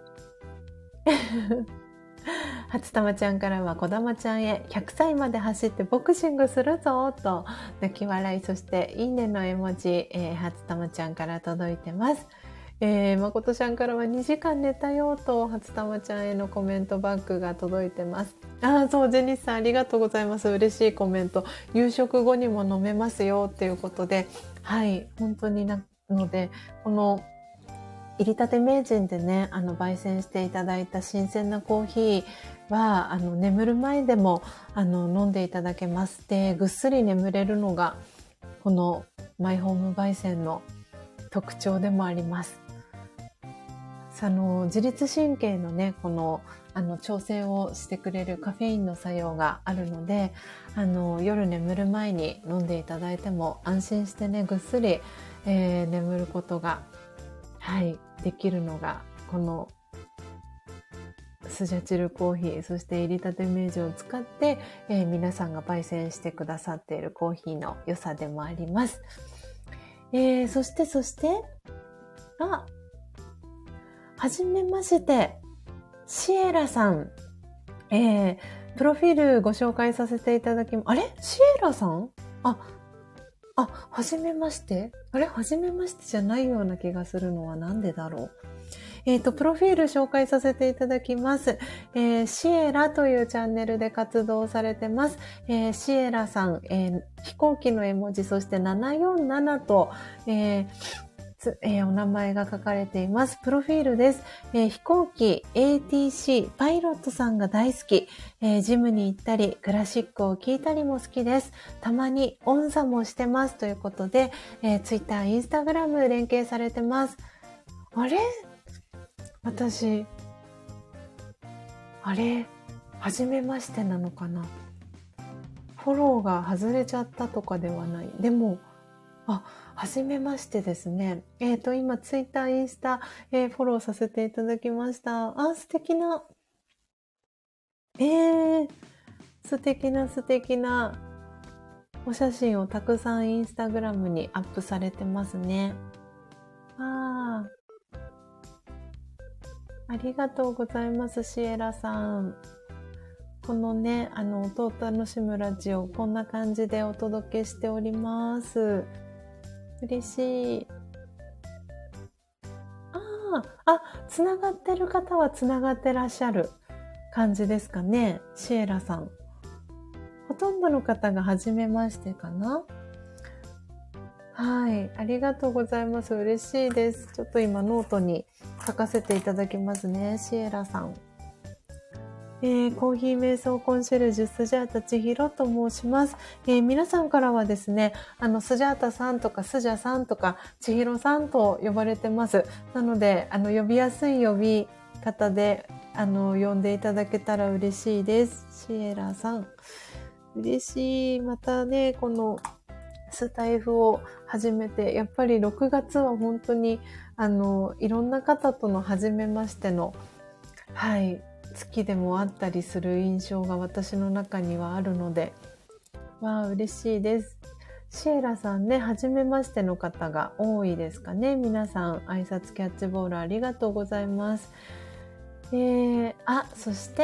初玉ちゃんからはこだまちゃんへひゃくさいまで走ってボクシングするぞと泣き笑い、そしていいねの絵文字、えー、初玉ちゃんから届いてます。えー、まことちゃんからはにじかん寝たよと初玉ちゃんへのコメントバッグが届いてます。ああ、そう、ジェニスさんありがとうございます。嬉しいコメント。夕食後にも飲めますよっていうことで、はい、本当になので、この入りたて名人でね、あの焙煎していただいた新鮮なコーヒーはあの眠る前でもあの飲んでいただけます。で、ぐっすり眠れるのがこのマイホーム焙煎の特徴でもあります。あの自律神経のね、このあの調整をしてくれるカフェインの作用があるので、あの夜眠る前に飲んでいただいても安心してね、ぐっすり、えー、眠ることが、はい、できるのがこのスジャチルコーヒー、そして入りたて名人を使って、えー、皆さんが焙煎してくださっているコーヒーの良さでもあります。えー、そしてそしてあはじめまして、シエラさん。えー、プロフィールご紹介させていただきます。あれシエラさんあ、あ、はじめましてあれはじめましてじゃないような気がするのはなんでだろう。 えっと、プロフィール紹介させていただきます。えー、シエラというチャンネルで活動されてます。えー、シエラさん、えー、飛行機の絵文字、そしてななよんななと、えーえー、お名前が書かれています。プロフィールです。えー、飛行機 エーティーシー パイロットさんが大好き、えー、ジムに行ったりクラシックを聴いたりも好きです。たまに音叉もしてますということで、えー、Twitter、Instagram 連携されてます。あれ私、あれ初めましてなのかな？フォローが外れちゃったとかではない。でも、あ、はじめましてですね。えっと、今、ツイッター、インスタ、えー、フォローさせていただきました。あ、素敵な、えー、素敵な素敵なお写真をたくさんインスタグラムにアップされてますね。あー、ありがとうございます、シエラさん。このね、あの、音を楽しむラジオ、こんな感じでお届けしております。嬉しい。ああ、あ、つながってる方はつながってらっしゃる感じですかね、シエラさん。ほとんどの方が初めましてかな？はい、ありがとうございます。嬉しいです。ちょっと今ノートに書かせていただきますね、シエラさん。えー、コーヒー瞑想コンシェルジュスジャータ千尋と申します。えー、皆さんからはですね、あの、スジャータさんとかスジャさんとか千尋さんと呼ばれてます。なので、あの、呼びやすい呼び方で、あの、呼んでいただけたら嬉しいです。シエラさん。嬉しい。またね、この、スタイフを始めて、やっぱりろくがつは本当に、あの、いろんな方との初めましての、はい、月でもあったりする印象が私の中にはあるので、わあ、嬉しいです。シエラさんね、初めましての方が多いですかね。皆さん、挨拶キャッチボールありがとうございます。えー、あ、そして、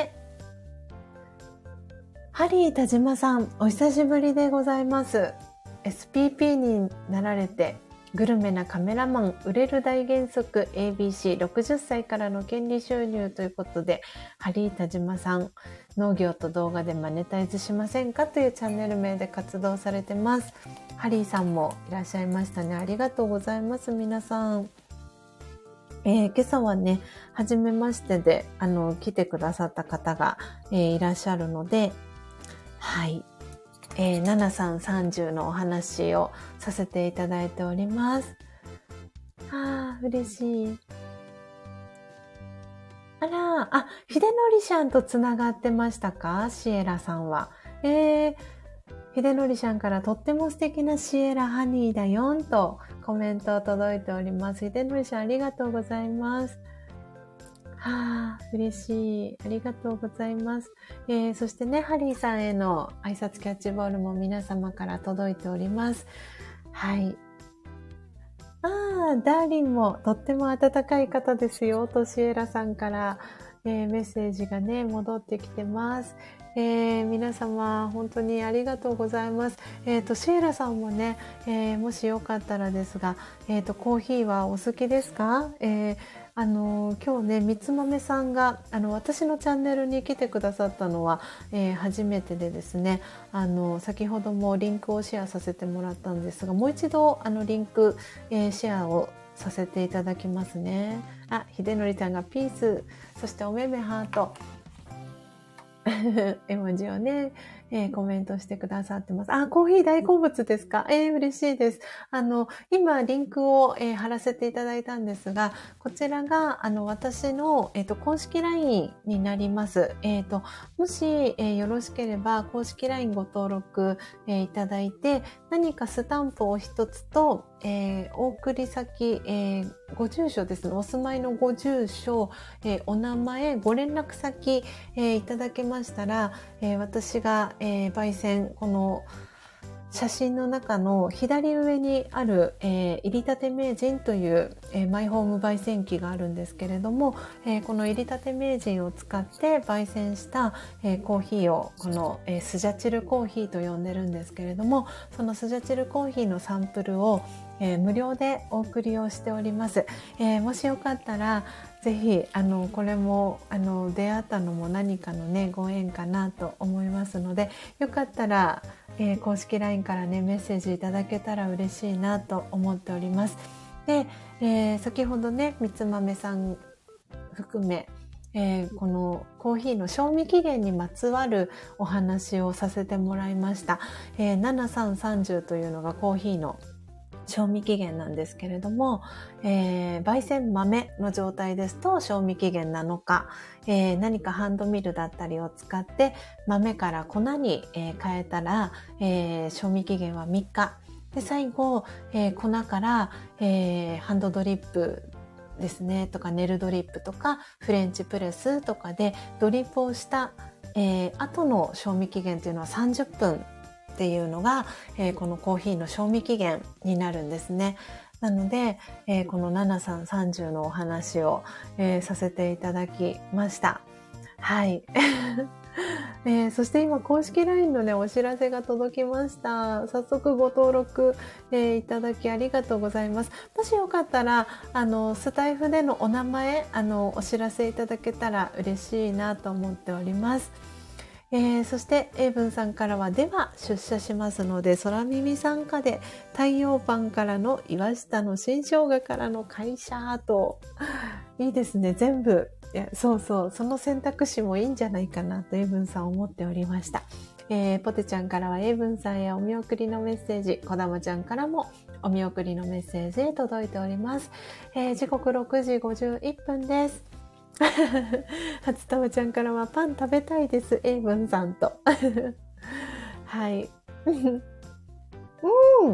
ハリー田島さん、お久しぶりでございます。エスピーピー になられて、グルメなカメラマン、売れる大原則 エービーシーろくじゅっさいからの権利収入ということで、ハリー田島さん、農業と動画でマネタイズしませんかというチャンネル名で活動されてます。ハリーさんもいらっしゃいましたね。ありがとうございます、皆さん。えー、今朝はね、初めましてで、あの、来てくださった方が、えー、いらっしゃるので、はい。えー、ななさんさんじゅうのお話をさせていただいております。ああ、嬉しい。あら、あ、秀則さんとつながってましたか？シエラさんは。えー、秀則さんからとっても素敵なシエラハニーだよんとコメント届いております。秀則さんありがとうございます。はあ、嬉しい。ありがとうございます。えー、そしてね、ハリーさんへの挨拶キャッチボールも皆様から届いております。はい。ああ、ダーリンもとっても温かい方ですよ。とシエラさんから、えー、メッセージがね、戻ってきてます。えー、皆様、本当にありがとうございます。えっと、シエラさんもね、えー、もしよかったらですが、えっと、コーヒーはお好きですか？えー、あの、今日ね、みつまめさんが、あの、私のチャンネルに来てくださったのは、えー、初めてでですね、あの、先ほどもリンクをシェアさせてもらったんですが、もう一度、あの、リンク、えー、シェアをさせていただきますね。あ、秀則さんがピース、そしておめめハート、絵文字をね、えー、コメントしてくださってます。あ、コーヒー大好物ですか？えー、嬉しいです。あの、今、リンクを、えー、貼らせていただいたんですが、こちらが、あの、私の、えっと、公式 ライン になります。えっと、もし、えー、よろしければ、公式 ライン ご登録、えー、いただいて、何かスタンプを一つと、えー、お送り先、えー、ご住所ですね。お住まいのご住所、えー、お名前、ご連絡先、えー、いただけましたら、えー、私が、えー、焙煎、この写真の中の左上にある、えー、入りたて名人という、えー、マイホーム焙煎機があるんですけれども、えー、この入りたて名人を使って焙煎した、えー、コーヒーをこの、えー、スジャチルコーヒーと呼んでるんですけれども、そのスジャチルコーヒーのサンプルを、えー、無料でお送りをしております。えー、もしよかったらぜひあのこれもあの出会ったのも何かのねご縁かなと思いますので、よかったら、えー、公式 ライン からねメッセージいただけたら嬉しいなと思っております。で、えー、先ほどねみつまめさん含め、えー、このコーヒーの賞味期限にまつわるお話をさせてもらいました。えー、ななさんさんじゅうというのがコーヒーの賞味期限なんですけれども、えー、焙煎豆の状態ですと賞味期限なのか、えー、何かハンドミルだったりを使って豆から粉に、えー、変えたら、えー、賞味期限はみっかで、最後、えー、粉から、えー、ハンドドリップですねとかネルドリップとかフレンチプレスとかでドリップをした、えー、後の賞味期限というのはさんじゅっぷんっていうのが、えー、このコーヒーの賞味期限になるんですね。なので、えー、このななさんさんじゅうのお話を、えー、させていただきました。はい。えー、そして今公式 ライン のねお知らせが届きました。早速ご登録、えー、いただきありがとうございます。もしよかったらあのスタイフでのお名前あのお知らせいただけたら嬉しいなと思っております。えー、そして英文さんからはでは出社しますので空耳参加で太陽パンからの岩下の新生姜からの会社といいですね。全部いやそうそうその選択肢もいいんじゃないかなと英文さん思っておりました。えー、ポテちゃんからは英文さんへお見送りのメッセージ、こだまちゃんからもお見送りのメッセージ届いております。えー、時刻ろくじごじゅういっぷんです。初玉ちゃんからはパン食べたいです。エイブンさんと。はい。うん。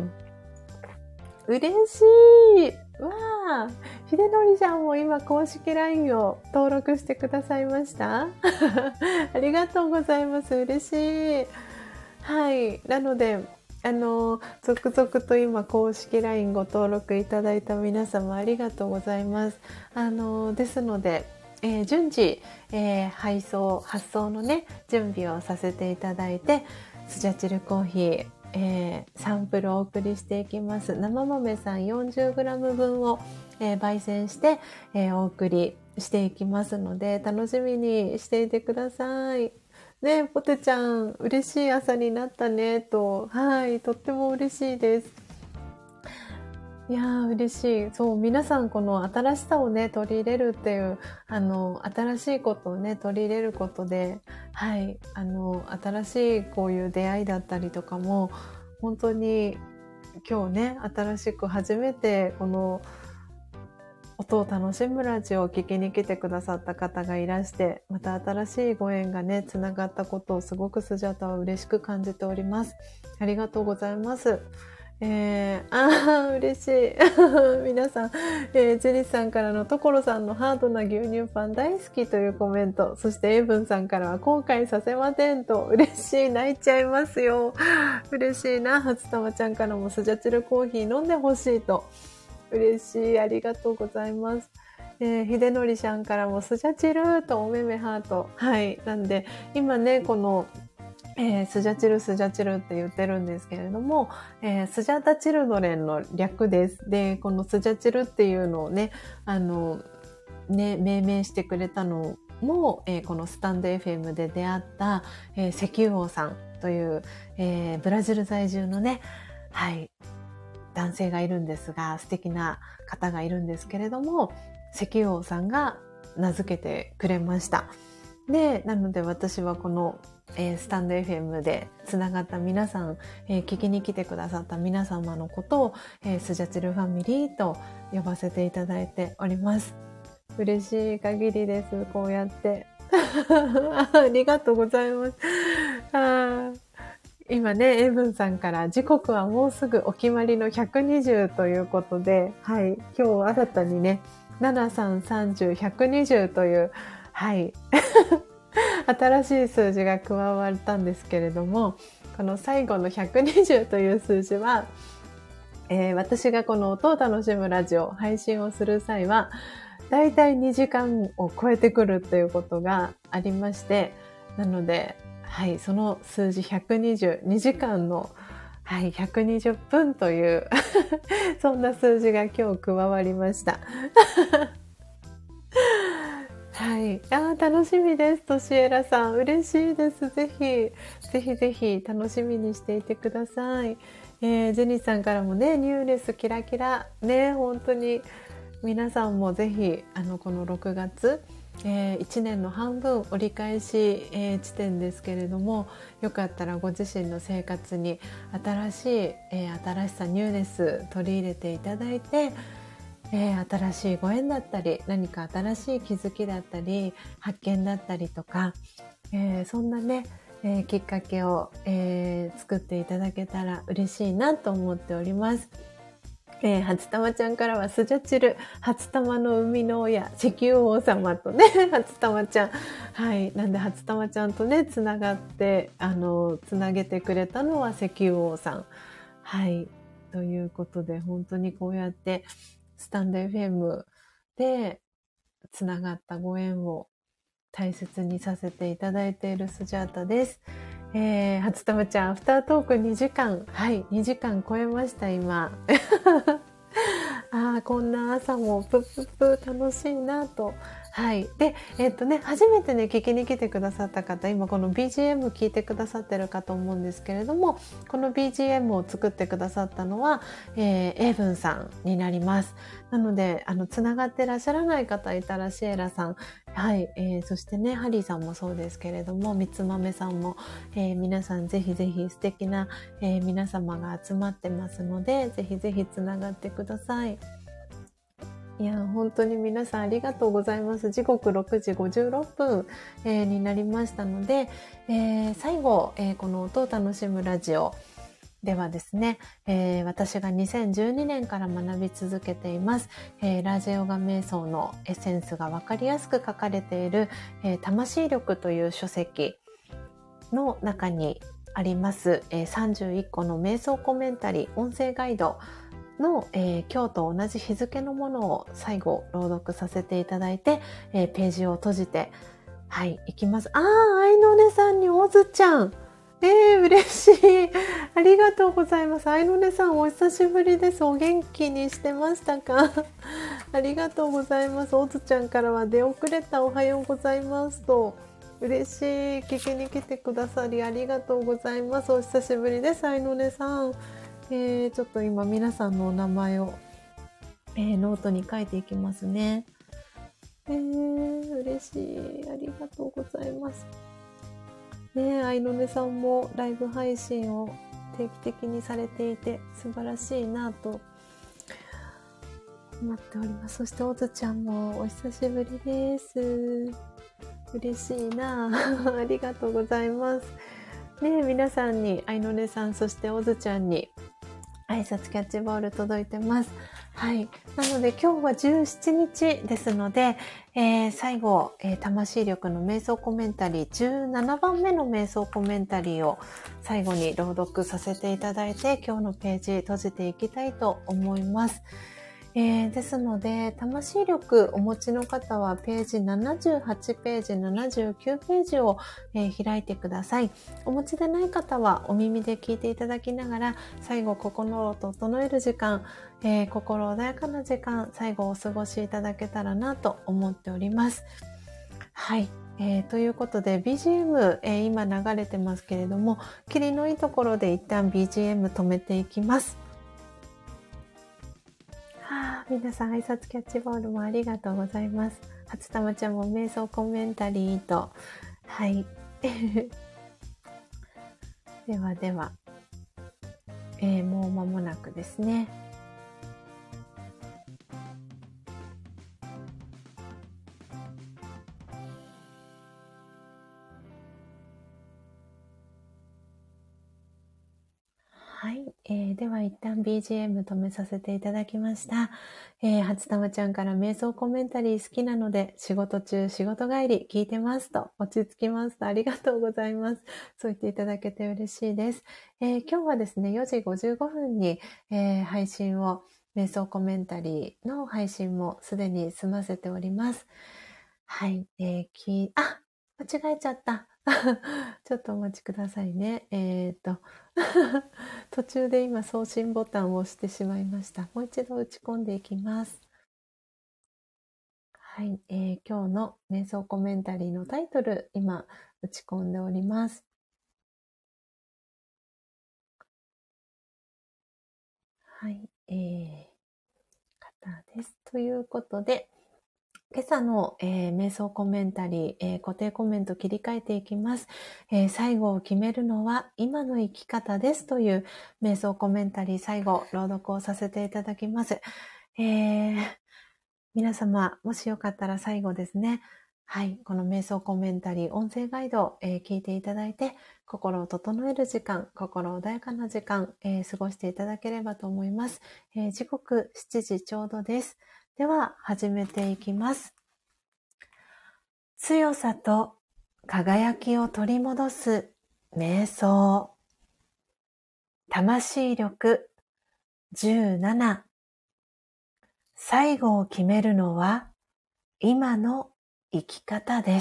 嬉しい。わあ。ひでのりちゃんも今公式 ライン を登録してくださいました。ありがとうございます。嬉しい。はい。なので、あの、続々と今公式 ライン ご登録いただいた皆様ありがとうございます。あの、ですので、えー、順次、えー、配送発送のね準備をさせていただいてスジャチルコーヒー、えー、サンプルをお送りしていきます。生豆さん よんじゅうグラム 分を、えー、焙煎して、えー、お送りしていきますので楽しみにしていてください。ね、ポテちゃん嬉しい朝になったねと、はいとっても嬉しいです。いやー嬉しい。そう、皆さんこの新しさをね、取り入れるっていう、あの、新しいことをね、取り入れることで、はい、あの、新しいこういう出会いだったりとかも、本当に今日ね、新しく初めてこの音を楽しむラジオを聞きに来てくださった方がいらして、また新しいご縁がね、つながったことをすごくスジャタは嬉しく感じております。ありがとうございます。えー、あー嬉しい皆さん、えー、ジェニスさんからの所さんのハードな牛乳パン大好きというコメント、そしてエイブンさんからは後悔させませんと、嬉しい、泣いちゃいますよ。嬉しいな。初玉ちゃんからもスジャチルコーヒー飲んでほしいと、嬉しい、ありがとうございます。えー、ひでのりちゃんからもスジャチルとおめめハート、はい、なんで今ねこのえー、スジャチルスジャチルって言ってるんですけれども、えー、スジャタチルドレンの略です。で、このスジャチルっていうのをね、あの、ね、命名してくれたのも、えー、このスタンド エフエム で出会った、えー、石油王さんという、えー、ブラジル在住のね、はい、男性がいるんですが、素敵な方がいるんですけれども、石油王さんが名付けてくれました。で、なので私はこのえー、スタンド エフエム でつながった皆さん、えー、聞きに来てくださった皆様のことを、えー、スジャチルファミリーと呼ばせていただいております。嬉しい限りです。こうやってありがとうございます。あ今ね、エイブンさんから時刻はもうすぐお決まりのひゃくにじゅうということで、はい、今日新たにね、ななさんさんじゅうひゃくにじゅうという、はい新しい数字が加わったんですけれども、 この最後のひゃくにじゅうという数字は、えー、私がこの音を楽しむラジオ配信をする際は、だいたいにじかんを超えてくるということがありまして、なので、はい、その数字ひゃくにじゅう、にじかんの、はい、ひゃくにじゅっぷんというそんな数字が今日加わりました。はい。あ、楽しみです。としえらさん。嬉しいです。ぜひ、ぜひぜひ楽しみにしていてください。えー、ジェニーさんからもね、ニューレスキラキラ。ね、本当に皆さんもぜひ、あの、このろくがつ、えー、いちねんの半分折り返し、えー、地点ですけれども、よかったらご自身の生活に新しい、えー、新しさ、ニューレス取り入れていただいて、えー、新しいご縁だったり、何か新しい気づきだったり、発見だったりとか、えー、そんなね、えー、きっかけを、えー、作っていただけたら嬉しいなと思っております。えー、初玉ちゃんからはスジャチル、初玉の生みの親、石油王様とね、初玉ちゃん。はい。なんで初玉ちゃんとね、つながって、あの、つなげてくれたのは石油王さん。はい。ということで、本当にこうやって、スタンド エフエム でつながったご縁を大切にさせていただいているスジャータです。えー、初玉ちゃん、アフタートークにじかん。はい、にじかん超えました、今。ああ、こんな朝もプップップ楽しいなと。はい。で、えっとね、初めてね、聞きに来てくださった方、今この ビージーエム 聞いてくださってるかと思うんですけれども、この ビージーエム を作ってくださったのは、えー、エイブンさんになります。なので、あの、つながってらっしゃらない方いたら、シエラさん、はい、えー、そしてね、ハリーさんもそうですけれども、みつまめさんも、えー、皆さんぜひぜひ素敵な、えー、皆様が集まってますので、ぜひぜひつながってください。いや、本当に皆さんありがとうございます。時刻ろくじごじゅうろっぷん、えー、になりましたので、えー、最後、えー、この音を楽しむラジオではですね、えー、私がにせんじゅうにねんから学び続けています、えー、ラージヨガ瞑想のエッセンスがわかりやすく書かれている、えー、魂力という書籍の中にあります、えー、さんじゅういっこの瞑想コメンタリー、音声ガイドの、えー、今日と同じ日付のものを最後朗読させていただいて、えー、ページを閉じて、はい、いきます。あー、愛のねさんにおずちゃん。えー、嬉しい。ありがとうございます。愛のねさん、お久しぶりです。お元気にしてましたか？ありがとうございます。おずちゃんからは出遅れたおはようございますと。嬉しい。聞きに来てくださりありがとうございます。お久しぶりです。愛のねさん。えー、ちょっと今皆さんのお名前を、えー、ノートに書いていきますね。えー、嬉しい。ありがとうございます。ねえ、愛のねさんもライブ配信を定期的にされていて素晴らしいなと思っております。そしておずちゃんもお久しぶりです。嬉しいなありがとうございます。ねえ、皆さんに愛のねさん、そしておずちゃんに挨拶キャッチボール届いてます。はい。なので今日はじゅうしちにちですので、えー、最後、えー、魂力の瞑想コメンタリー、じゅうななばんめの瞑想コメンタリーを最後に朗読させていただいて、今日のページ閉じていきたいと思います。えー、ですので、魂力お持ちの方はページななじゅうはちページ、ななじゅうきゅうページを、えー、開いてください。お持ちでない方はお耳で聞いていただきながら、最後心を整える時間、えー、心穏やかな時間、最後お過ごしいただけたらなと思っております。はい。えー、ということで ビージーエム、えー、今流れてますけれども、切りのいいところで一旦 ビージーエム 止めていきます。はあ、皆さん挨拶キャッチボールもありがとうございます。初玉ちゃんも瞑想コメンタリーと、はい。ではでは、えー、もう間もなくですね。 はい、えー、では一旦 ビージーエム 止めさせていただきました。えー、初玉ちゃんから瞑想コメンタリー好きなので仕事中仕事帰り聞いてますと、落ち着きますと、ありがとうございます。そう言っていただけて嬉しいです。えー、今日はですねよじごじゅうごふんに、えー、配信を瞑想コメンタリーの配信もすでに済ませております。はい、えー、きあ間違えちゃったちょっとお待ちくださいね。えーと途中で今送信ボタンを押してしまいました。もう一度打ち込んでいきます。はい、えー、今日の瞑想コメンタリーのタイトル、今打ち込んでおります。はい、えー、方です。ということで、今朝の、えー、瞑想コメンタリー、えー、固定コメント切り替えていきます、えー。最後を決めるのは今の生き方ですという瞑想コメンタリー最後朗読をさせていただきます。えー、皆様もしよかったら最後ですね。はい、この瞑想コメンタリー音声ガイドを、えー、聞いていただいて心を整える時間、心穏やかな時間、えー、過ごしていただければと思います。えー、時刻しちじちょうどです。では始めていきます。強さと輝きを取り戻す瞑想。魂力じゅうなな。最後を決めるのは今の生き方です。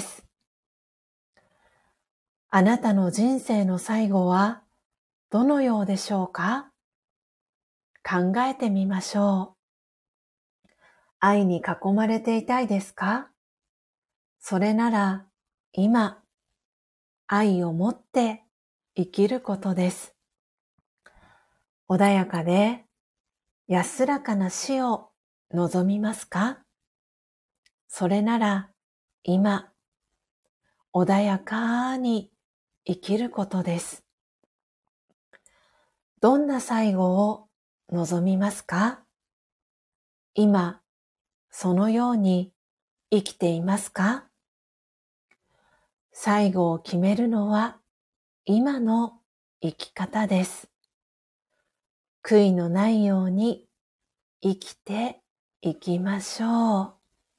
あなたの人生の最後はどのようでしょうか？考えてみましょう。愛に囲まれていたいですか？それなら今、愛を持って生きることです。穏やかで安らかな死を望みますか？それなら今、穏やかに生きることです。どんな最後を望みますか？今、そのように生きていますか？最後を決めるのは今の生き方です。悔いのないように生きていきましょう。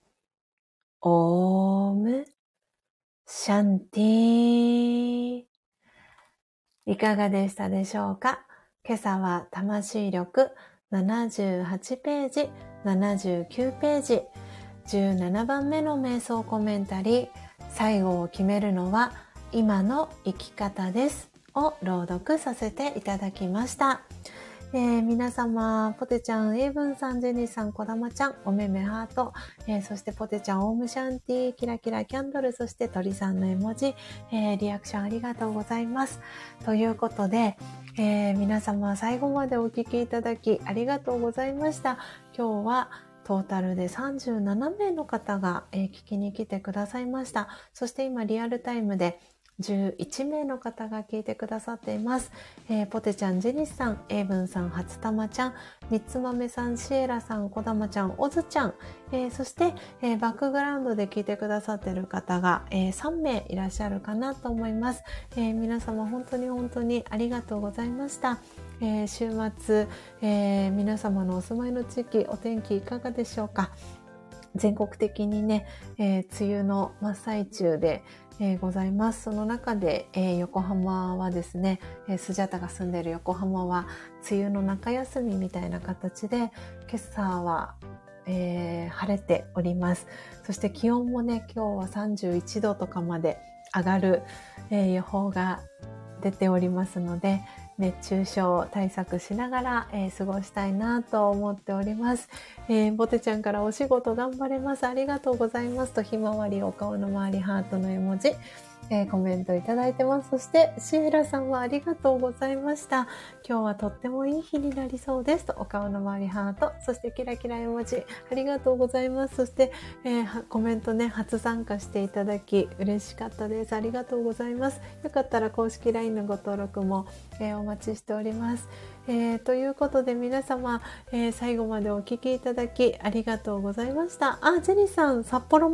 オームシャンティー。いかがでしたでしょうか？今朝は魂力ななじゅうはちページ、ななじゅうきゅうページ、じゅうななばんめの瞑想コメンタリー、最後を決めるのは今の生き方ですを朗読させていただきました。えー、皆様、ポテちゃん、エイブンさん、ジェニーさん、コダマちゃん、おめめハート、えー、そしてポテちゃん、オームシャンティー、キラキラキャンドル、そして鳥さんの絵文字、えー、リアクションありがとうございます。ということで、えー、皆様、最後までお聞きいただきありがとうございました。今日はトータルでさんじゅうななめいの方が、えー、聞きに来てくださいました。そして今、リアルタイムでじゅういちめいの方が聞いてくださっています。えー、ポテちゃん、ジェニスさん、エイブンさん、初玉ちゃん、みつまめさん、シエラさん、こだまちゃん、おずちゃん、えー、そして、えー、バックグラウンドで聞いてくださっている方が、えー、さんめいいらっしゃるかなと思います。えー、皆様本当に本当にありがとうございました。えー、週末、えー、皆様のお住まいの地域、お天気いかがでしょうか？全国的にね、えー、梅雨の真っ最中で、えー、ございます。その中で、えー、横浜はですね、えー、スジャタが住んでいる横浜は梅雨の中休みみたいな形で、今朝は、えー、晴れております。そして気温もね、今日はさんじゅういちどとかまで上がる、えー、予報が出ておりますので、熱中症対策しながら、えー、過ごしたいなと思っております。えー、ボテちゃんからお仕事頑張れます。ありがとうございますと、ひまわりお顔の周りハートの絵文字、えー、コメントいただいてます。そしてシエラさんはありがとうございました。今日はとってもいい日になりそうですと、お顔の周りハート、そしてキラキラ絵文字ありがとうございます。そして、えー、コメントね、初参加していただき嬉しかったです。ありがとうございます。よかったら公式 ライン のご登録も、えー、お待ちしております。えー、ということで皆様、えー、最後までお聞きいただきありがとうございました。あ、ジェニーさん、札幌も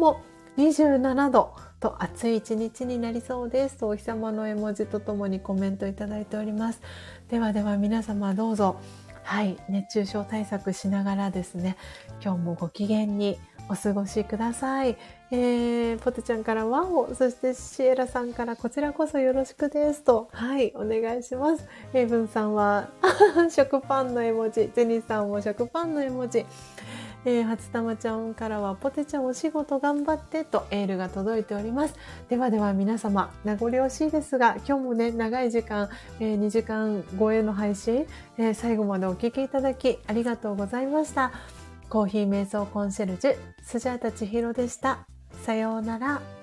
にじゅうななどと暑い一日になりそうですとお日様の絵文字とともにコメントいただいております。ではでは皆様どうぞ、はい、熱中症対策しながらですね、今日もご機嫌にお過ごしください。えー、ポテちゃんからワオ、そしてシエラさんからこちらこそよろしくですと、はい、お願いします。エイブンさんは食パンの絵文字、ジェニーさんも食パンの絵文字、えー、初玉ちゃんからはポテちゃんお仕事頑張ってとエールが届いております。ではでは皆様、名残惜しいですが、今日もね、長い時間、えー、にじかん超えの配信、えー、最後までお聞きいただきありがとうございました。コーヒー瞑想コンシェルジュ、スジャータ千尋でした。さようなら。